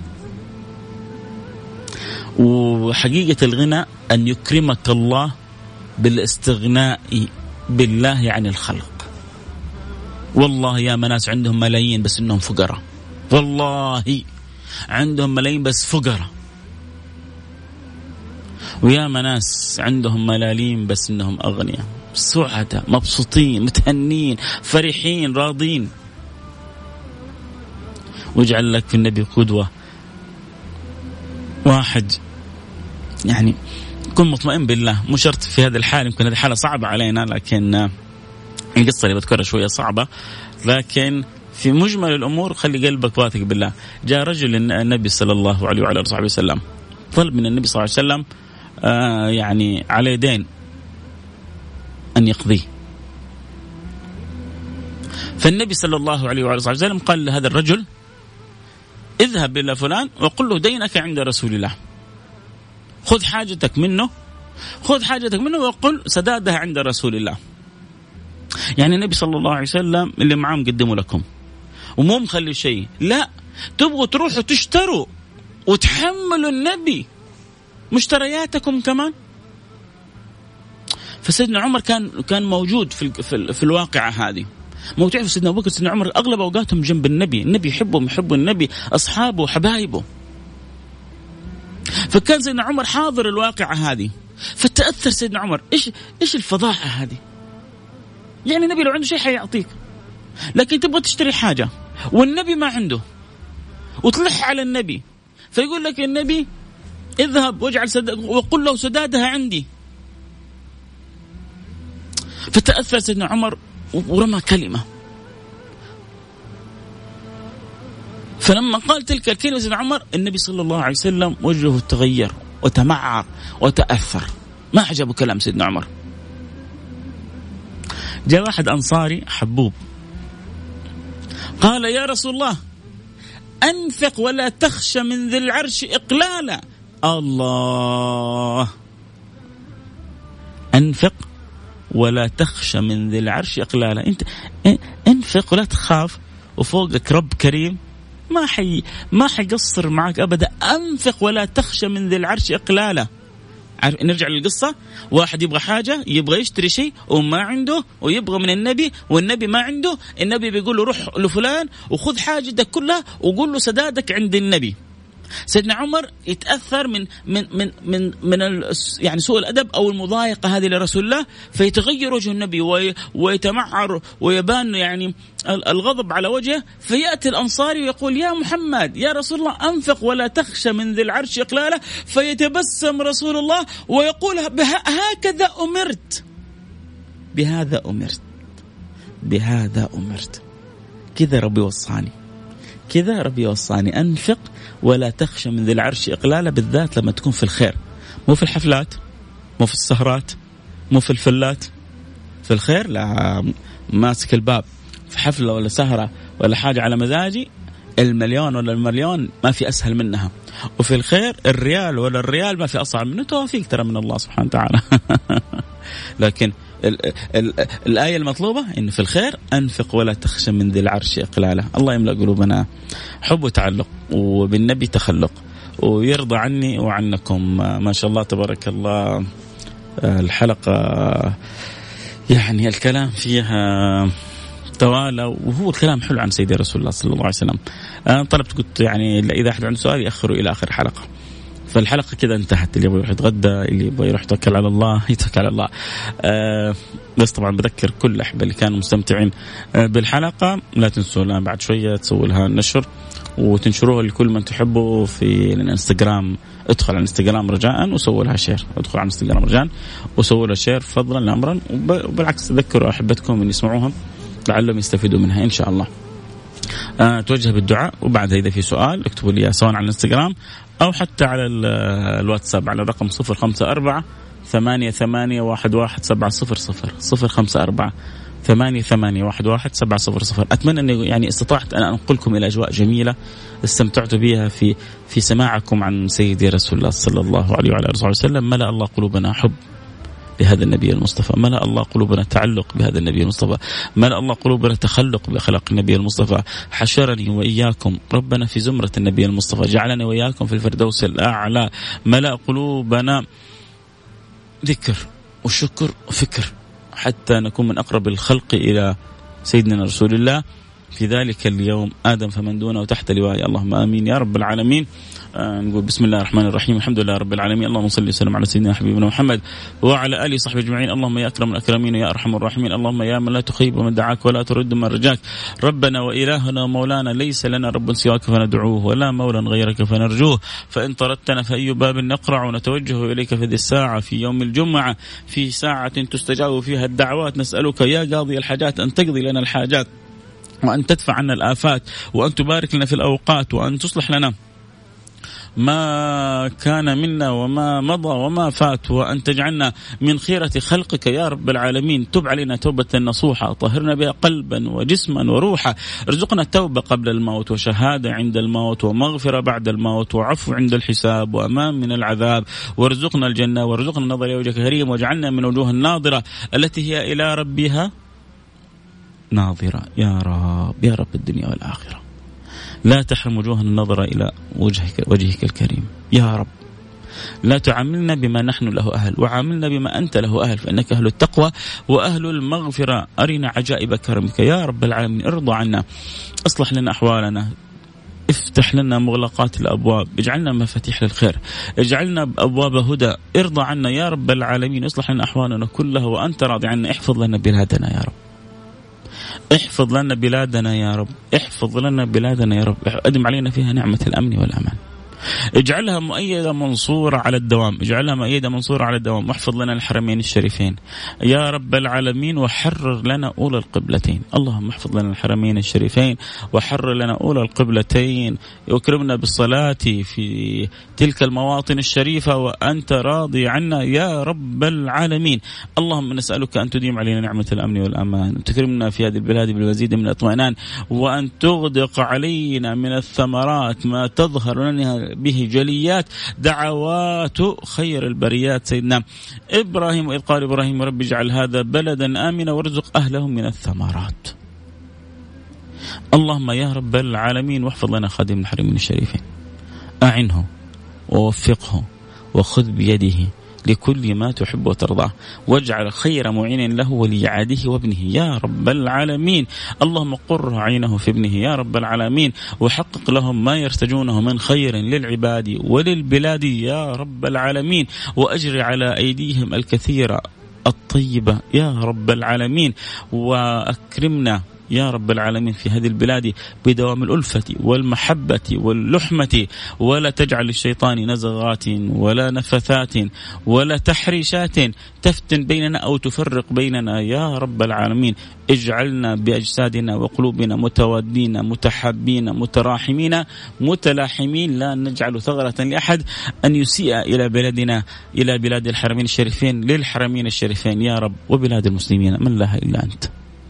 وحقيقة الغنى أن يكرمك الله بالاستغناء بالله عن الخلق. والله يا مناس عندهم ملايين بس إنهم فقراء، والله عندهم ملايين بس فقراء. ويا مناس عندهم ملاليم بس إنهم أغنياء، سعداء، مبسوطين، متهنين، فرحين، راضين. واجعل لك في النبي قدوة. واحد يعني كن مطمئن بالله، مو شرط في هذا الحال، يمكن هذه حالة صعبة علينا، لكن القصة اللي بذكرها شوية صعبة، لكن في مجمل الأمور خلي قلبك واثق بالله. جاء رجل النبي صلى الله عليه وعلى آله وسلم، طلب من النبي صلى الله عليه وسلم يعني على دين أن يقضيه. فالنبي صلى الله عليه وعلى آله وسلم قال لهذا الرجل: اذهب إلى فلان وقل له دينك عند رسول الله، خذ حاجتك منه، خذ حاجتك منه وقل سدادها عند رسول الله. يعني النبي صلى الله عليه وسلم اللي معاه مقدمه لكم، ومو مخلي شيء، لا تبغوا تروحوا تشتروا وتحملوا النبي مشترياتكم كمان. فسيدنا عمر كان موجود في الواقعة هذه. ما تعرف سيدنا أبو بكر سيدنا عمر أغلب أوقاتهم جنب النبي يحبهم، يحبوا النبي، أصحابه وحبايبه. فكان سيدنا عمر حاضر الواقعة هذه، فتأثر سيدنا عمر. إيش الفضاحة هذه؟ يعني النبي لو عنده شيء حيعطيك، لكن تبغى تشتري حاجة والنبي ما عنده وتلح على النبي، فيقول لك النبي اذهب واجعل وقل له سدادها عندي. فتأثر سيدنا عمر ورمى كلمة. فلما قال تلك الكلمة سيدنا عمر، النبي صلى الله عليه وسلم وجهه تغير وتمعر وتأثر، ما عجبه كلام سيدنا عمر. جاء واحد أنصاري حبوب قال: يا رسول الله أنفق ولا تخشى من ذي العرش إقلالا. الله، أنفق ولا تخشى من ذي العرش إقلالا. أنت أنفق ولا تخاف، وفوقك رب كريم ما حيقصر معك أبدا. أنفق ولا تخشى من ذي العرش إقلالا. نرجع للقصة. واحد يبغى حاجة، يبغى يشتري شيء وما عنده، ويبغى من النبي والنبي ما عنده. النبي بيقول له روح لفلان وخذ حاجتك كلها وقول له سدادك عند النبي. سيدنا عمر يتأثر من يعني سوء الأدب أو المضايقة هذه لرسول الله، فيتغير وجه النبي ويتمعر ويبان يعني الغضب على وجهه. فيأتي الأنصاري ويقول: يا محمد، يا رسول الله أنفق ولا تخشى من ذي العرش إقلاله. فيتبسم رسول الله ويقول: هكذا أمرت، بهذا أمرت، بهذا أمرت. كذا ربي وصاني، كذا ربي وصاني، أنفق ولا تخشى من ذي العرش إقلالا، بالذات لما تكون في الخير، مو في الحفلات، مو في السهرات، مو في الفلات. في الخير لا، ماسك الباب في حفلة ولا سهرة ولا حاجة على مزاجي، المليون ولا المليون ما في أسهل منها. وفي الخير الريال ولا الريال ما في أصعب منه، توفيق ترى من الله سبحانه وتعالى. لكن الآية المطلوبة إن في الخير أنفق ولا تخشى من ذي العرش إقلاله. الله يملأ قلوبنا حب وتعلق وبالنبي تخلق ويرضى عني وعنكم. ما شاء الله تبارك الله الحلقة يعني الكلام فيها توالى وهو الكلام حلو عن سيدي رسول الله صلى الله عليه وسلم. أنا طلبت قلت يعني إذا أحد عنده سؤال يأخره إلى آخر حلقة. فالحلقة كذا انتهت. اللي يبغى يروح يتغدى اللي يبغى يروح يتوكل على الله يتوكل على الله. بس طبعا بذكر كل الأحبة اللي كانوا مستمتعين بالحلقة لا تنسوا الآن بعد شوية تسووا لها نشر وتنشروها لكل من تحبوا في الانستغرام. ادخل على الانستغرام رجاء وسووا لها شير. ادخل على الانستغرام رجاء وسووا لها شير فضلا أمرا. وبالعكس ذكروا أحبتكم أن يسمعوها لعلهم يستفيدوا منها إن شاء الله. توجه بالدعاء وبعدها إذا في سؤال اكتبوا لي سواء على الانستغرام أو حتى على الواتساب على الرقم 054 8811 054 أتمنى أن يعني استطعت أن أنقلكم إلى أجواء جميلة استمتعت بها في سماعكم عن سيدي رسول الله صلى الله عليه وعلى آله وسلم. ملأ الله قلوبنا حب بهذا النبي المصطفى. ملأ الله قلوبنا تعلق بهذا النبي المصطفى. ملأ الله قلوبنا تخلق بأخلاق النبي المصطفى. حشرني وإياكم ربنا في زمرة النبي المصطفى. جعلني وإياكم في الفردوس الأعلى. ملأ قلوبنا ذكر وشكر وفكر حتى نكون من أقرب الخلق إلى سيدنا رسول الله في ذلك اليوم آدم فمن دونه تحت لواء. اللهم آمين يا رب العالمين. نقول بسم الله الرحمن الرحيم الحمد لله رب العالمين. اللهم صل وسلم على سيدنا حبيبنا محمد وعلى آله وصحبه أجمعين. اللهم يا أكرم الأكرمين يا أرحم الراحمين. اللهم يا من لا تخيب ومن دعاك ولا ترد من رجاك. ربنا وإلهنا ومولانا ليس لنا رب سواك فندعوه ولا مولا غيرك فنرجوه. فإن طردتنا فأي باب نقرع ونتوجه إليك في ذي الساعة في يوم الجمعة في ساعة تستجاب فيها الدعوات. نسألك يا قاضي الحاجات أن تقضي لنا الحاجات وأن تدفع عنا الآفات وأن تبارك لنا في الأوقات وأن تصلح لنا ما كان منا وما مضى وما فات وأن تجعلنا من خيرة خلقك يا رب العالمين. تب علينا توبة نصوحة طهرنا بها قلبا وجسما وروحا. ارزقنا التوبة قبل الموت وشهادة عند الموت ومغفرة بعد الموت وعفو عند الحساب وأمان من العذاب. وارزقنا الجنة وارزقنا النظر إلى وجهك كريم واجعلنا من وجوه الناظرة التي هي إلى ربها ناظرة يا رب الدنيا والآخرة. لا تحرم وجوهنا النظر إلى وجهك الكريم يا رب. لا تعاملنا بما نحن له أهل وعاملنا بما أنت له أهل فإنك أهل التقوى وأهل المغفرة. أرنا عجائب كرمك يا رب العالمين. ارضى عنا اصلح لنا أحوالنا افتح لنا مغلقات الأبواب اجعلنا مفاتيح للخير اجعلنا أبواب هدى. ارضى عنا يا رب العالمين اصلح لنا أحوالنا كلها وأنت راضي عنا. احفظ لنا بلادنا يا رب. احفظ لنا بلادنا يا رب. احفظ لنا بلادنا يا رب. أدم علينا فيها نعمة الأمن والأمان. اجعلها مؤيدة منصورة على الدوام. اجعلها مؤيدة منصورة على الدوام. واحفظ لنا الحرمين الشريفين يا رب العالمين. وحرر لنا أولى القبلتين. اللهم احفظ لنا الحرمين الشريفين وحرر لنا أولى القبلتين. واكرمنا بالصلاة في تلك المواطن الشريفة وأنت راضي عنا يا رب العالمين. اللهم نسألك أن تديم علينا نعمة الأمن والأمان وتكرمنا في هذه البلاد بالمزيد من الاطمئنان وأن تغدق علينا من الثمرات ما تظهر لنا به جليات دعوات خير البريات سيدنا إبراهيم وإذ قال إبراهيم رب اجعل هذا بلدا آمنا وارزق أهله من الثمرات. اللهم يا رب العالمين واحفظ لنا خادم الحرمين الشريفين. أعنه ووفقه وخذ بيده لكل ما تحب وترضى واجعل خير معين له وليعاده وابنه يا رب العالمين. اللهم قر عينه في ابنه يا رب العالمين وحقق لهم ما يرتجونه من خير للعباد وللبلاد يا رب العالمين. وأجر على أيديهم الكثير الطيبة يا رب العالمين. وأكرمنا يا رب العالمين في هذه البلاد بدوام الألفة والمحبة واللحمة ولا تجعل الشيطان نزغات ولا نفثات ولا تحريشات تفتن بيننا أو تفرق بيننا يا رب العالمين. اجعلنا بأجسادنا وقلوبنا متوادين متحابين متراحمين متلاحمين. لا نجعل ثغرة لأحد أن يسيء إلى بلادنا إلى بلاد الحرمين الشريفين للحرمين الشريفين يا رب وبلاد المسلمين. من لها إلا أنت.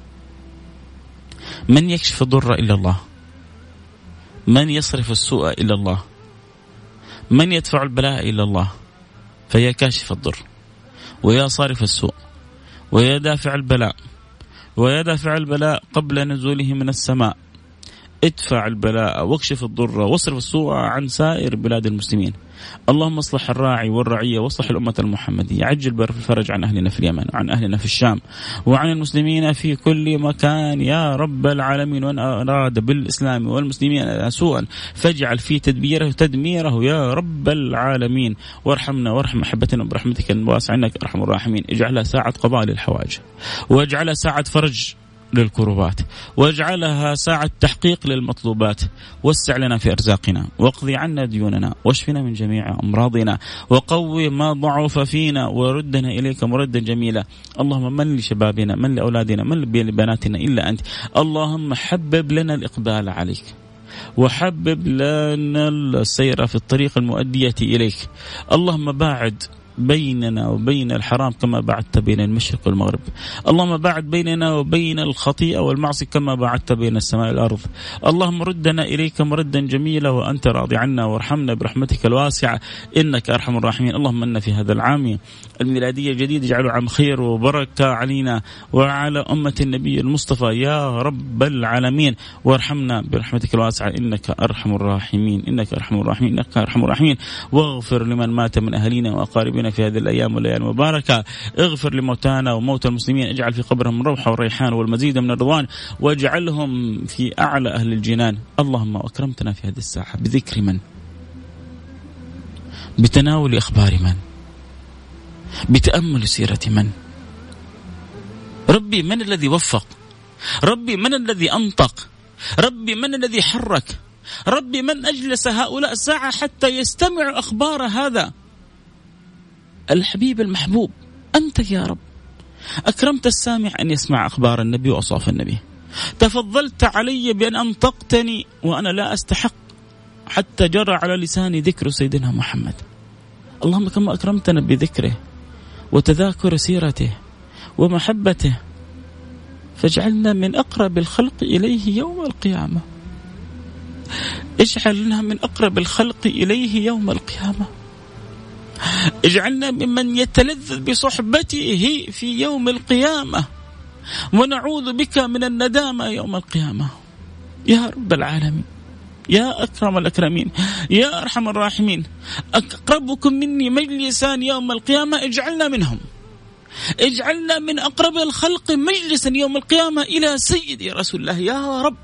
من يكشف الضر إلا الله. من يصرف السوء إلا الله. من يدفع البلاء إلا الله. فيا كاشف الضر ويا صارف السوء ويا دافع البلاء ويا دافع البلاء قبل نزوله من السماء، ادفع البلاء واكشف الضر واصرف السوء عن سائر بلاد المسلمين. اللهم اصلح الراعي والرعية واصلح الأمة المحمدية، عجل بالفرج عن أهلنا في اليمن وعن أهلنا في الشام وعن المسلمين في كل مكان يا رب العالمين. وأن أراد بالإسلام والمسلمين سوءا فاجعل في تدميره يا رب العالمين. وارحمنا وارحم أحبتنا برحمتك الواسعة إنك أرحم الراحمين. اجعلها ساعة قضاء للحوائج، واجعلها ساعة فرج للكروبات، واجعلها ساعة تحقيق للمطلوبات. وسع لنا في أرزاقنا، واقضي عنا ديوننا، واشفنا من جميع أمراضنا، وقوي ما ضعف فينا، وردنا إليك مردا جميلا. اللهم من لشبابنا، من لأولادنا، من لبناتنا إلا أنت. اللهم حبب لنا الإقبال عليك، وحبب لنا السير في الطريق المؤدية إليك. اللهم باعد بيننا وبين الحرام كما بعدت بين المشرق والمغرب. اللهم باعد بيننا وبين الخطيئة والمعصية كما بعدت بين السماء والأرض. اللهم ردنا إليك مردا جميلا وأنت راضي عنا، وارحمنا برحمتك الواسعة إنك أرحم الراحمين. اللهم إن في هذا العام الميلادي الجديد اجعله عام خير وبركة علينا وعلى أمة النبي المصطفى يا رب العالمين. وارحمنا برحمتك الواسعة إنك أرحم الراحمين، إنك أرحم الراحمين، إنك أرحم الراحمين. واغفر لمن مات من أهلنا وأقاربنا في هذه الأيام والليالي المباركة. اغفر لموتانا وموتى المسلمين، اجعل في قبرهم الروح والريحان والمزيد من الرضوان، واجعلهم في أعلى أهل الجنان. اللهم أكرمتنا في هذه الساعة بذكر من، بتناول أخبار من، بتأمل سيرة من. ربي من الذي وفق؟ ربي من الذي أنطق؟ ربي من الذي حرك؟ ربي من أجلس هؤلاء الساعة حتى يستمع أخبار هذا الحبيب المحبوب؟ أنت يا رب أكرمت السامع أن يسمع أخبار النبي وأوصاف النبي، تفضلت علي بأن أنطقتني وأنا لا أستحق حتى جرى على لساني ذكر سيدنا محمد. اللهم كما أكرمتنا بذكره وتذاكر سيرته ومحبته، فاجعلنا من أقرب الخلق إليه يوم القيامة. اجعلنا من أقرب الخلق إليه يوم القيامة. اجعلنا ممن يتلذذ بصحبته في يوم القيامة، ونعوذ بك من الندامة يوم القيامة يا رب العالمين، يا أكرم الأكرمين، يا أرحم الراحمين. أقربكم مني مجلسا يوم القيامة اجعلنا منهم، اجعلنا من أقرب الخلق مجلسا يوم القيامة إلى سيدي رسول الله يا رب،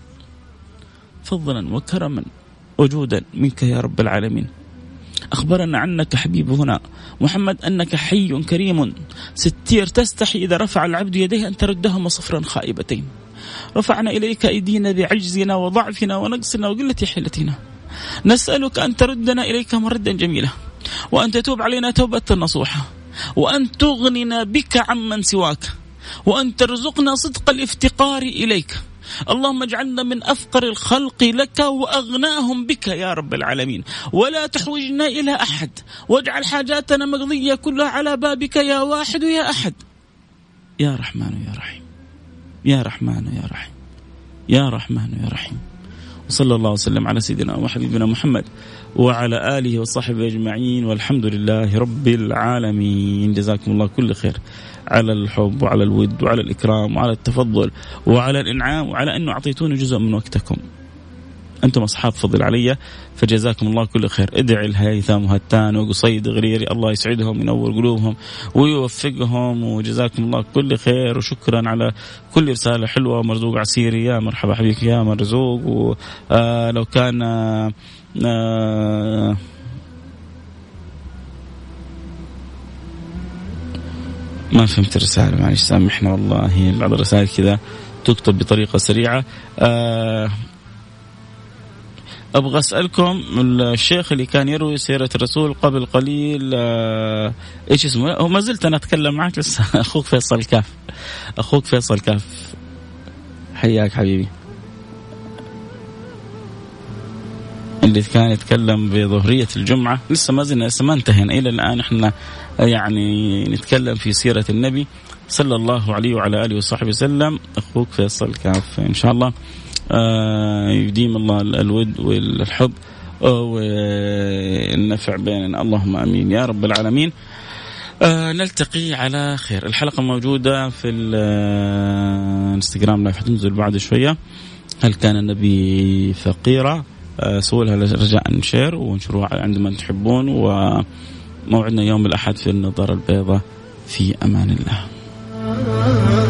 فضلا وكرما وجودا منك يا رب العالمين. أخبرنا عنك حبيبنا محمد أنك حي كريم ستير، تستحي إذا رفع العبد يديه أن تردهما صفرا خائبتين. رفعنا إليك أيدينا بعجزنا وضعفنا ونقصنا وقلة حيلتنا، نسألك أن تردنا إليك مردا جميلا، وأن تتوب علينا توبة نصوحة، وأن تغننا بك عمن سواك، وأن ترزقنا صدق الافتقار إليك. اللهم اجعلنا من أفقر الخلق لك وأغناهم بك يا رب العالمين، ولا تحوجنا إلى أحد، واجعل حاجاتنا مقضية كلها على بابك يا واحد يا أحد، يا رحمن يا رحيم، يا رحمن يا رحيم، يا رحمن يا رحيم. وصلى الله وسلم على سيدنا وحبيبنا محمد وعلى آله وصحبه أجمعين، والحمد لله رب العالمين. جزاكم الله كل خير على الحب وعلى الود وعلى الإكرام وعلى التفضل وعلى الإنعام وعلى أنه أعطيتوني جزء من وقتكم. أنتم أصحاب فضل علي، فجزاكم الله كل خير. ادعي الهيثم وهتان وقصيد غريري، الله يسعدهم وينور قلوبهم ويوفقهم، وجزاكم الله كل خير. وشكرا على كل رسالة حلوة. مرزوق عسيري يا مرحبا حبيبك يا مرزوق. ولو كان ما فهمت الرسالة معلش سامحنا والله، بعض الرسائل كذا تكتب بطريقة سريعة. أبغى أسألكم الشيخ اللي كان يروي سيرة الرسول قبل قليل إيش اسمه؟ هو ما زلت أنا أتكلم معك لسه. أخوك فيصل كاف، أخوك فيصل كاف، حياك حبيبي، اللي كان يتكلم بظهرية الجمعة. لسه ما زلنا، لسه ما انتهينا إلى الآن، إحنا يعني نتكلم في سيرة النبي صلى الله عليه وعلى آله وصحبه وسلم. أخوك فيصل كاف إن شاء الله يديم الله الود والحب والنفع بيننا، اللهم امين يا رب العالمين. نلتقي على خير. الحلقة موجودة في الانستغرام لايف، حتنزل بعد شوية. هل كان النبي فقيرا؟ سووا لها رجاء شير وانشروها عندما تحبون. وموعدنا يوم الأحد في النظارة البيضاء. في أمان الله.